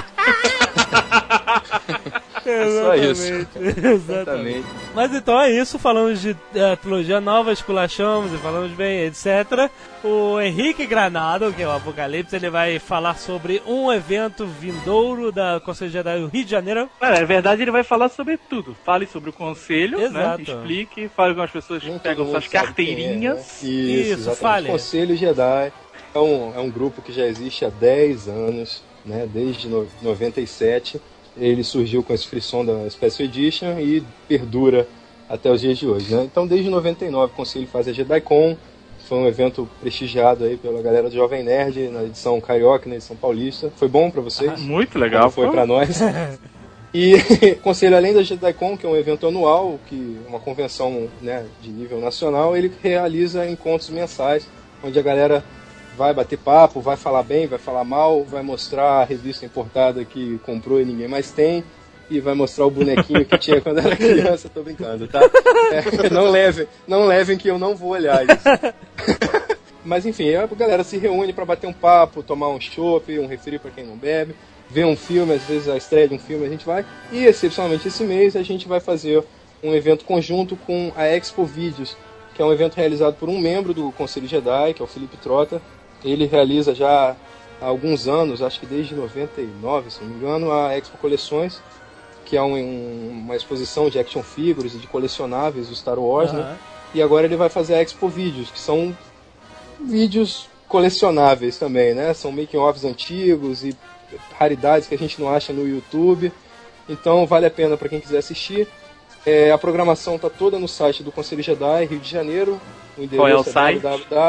Só isso. Exatamente. Mas então é isso, falamos de trilogia nova, esculachamos e falamos bem, etc. O Henrique Granado, que é o Apocalipse, ele vai falar sobre um evento vindouro da Conselho Jedi do Rio de Janeiro. Na verdade, ele vai falar sobre tudo. Fale sobre o Conselho, né? Explique, fale com as pessoas que pegam suas carteirinhas. Isso, fale. O Conselho Jedi é um grupo que já existe há 10 anos, né? Desde 97. Ele surgiu com esse frisson da Special Edition e perdura até os dias de hoje, né? Então, desde 99, o Conselho faz a JediCon. Foi um evento prestigiado aí pela galera do Jovem Nerd, na edição carioca, na edição paulista. Foi bom pra vocês? Muito legal. Foi pra nós. E o Conselho, além da JediCon, que é um evento anual, que é uma convenção, né, de nível nacional, ele realiza encontros mensais, onde a galera vai bater papo, vai falar bem, vai falar mal, vai mostrar a revista importada que comprou e ninguém mais tem, e vai mostrar o bonequinho que tinha quando era criança. Tô brincando, tá? Não levem que eu não vou olhar isso. Mas enfim, a galera se reúne para bater um papo, tomar um chopp, um refri para quem não bebe, ver um filme, às vezes a estreia de um filme a gente vai, e excepcionalmente esse mês a gente vai fazer um evento conjunto com a Expo Vídeos, que é um evento realizado por um membro do Conselho Jedi, que é o Felipe Trota. Ele realiza já há alguns anos, acho que desde 99, se não me engano, a Expo Coleções, que é uma exposição de action figures e de colecionáveis do Star Wars, né? E agora ele vai fazer a Expo Vídeos, que são vídeos colecionáveis também, né? São making-offs antigos e raridades que a gente não acha no YouTube. Então vale a pena para quem quiser assistir. A programação tá toda no site do Conselho Jedi, Rio de Janeiro. O endereço Qual é o site?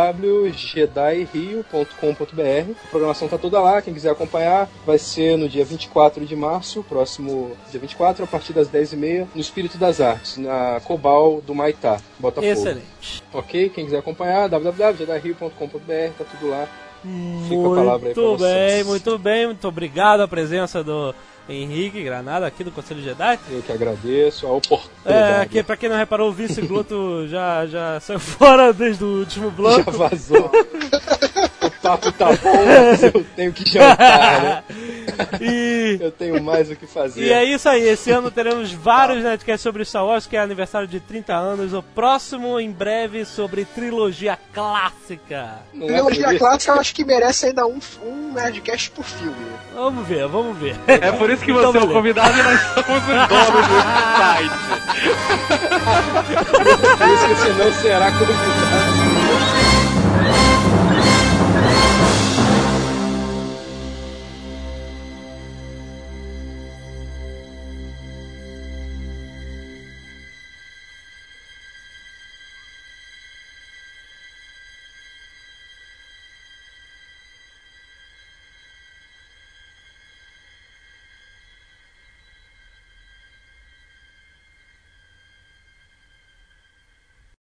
www.jedirio.com.br. A programação tá toda lá, quem quiser acompanhar. Vai ser no dia 24 de março, próximo dia 24, a partir das 10h30, no Espírito das Artes, na Cobal do Maitá, Botafogo. Excelente. Ok? Quem quiser acompanhar, www.jedirio.com.br, tá tudo lá. Fica a palavra aí pra vocês. Muito bem, muito obrigado a presença do Henrique Granado aqui do Conselho Jedi. Eu que agradeço a oportunidade. Pra quem não reparou, o Vince Gluto já saiu fora desde o último bloco. Já vazou. O papo tá bom, mas eu tenho que jantar, né? Eu tenho mais o que fazer. E é isso aí, esse ano teremos vários Nerdcasts sobre Star Wars, que é aniversário de 30 anos. O próximo, em breve, sobre trilogia clássica. Trilogia clássica eu acho que merece ainda um Nerdcast por filme. Vamos ver. É por isso que você é o convidado e nós somos os donos do site. Por isso que você não será convidado.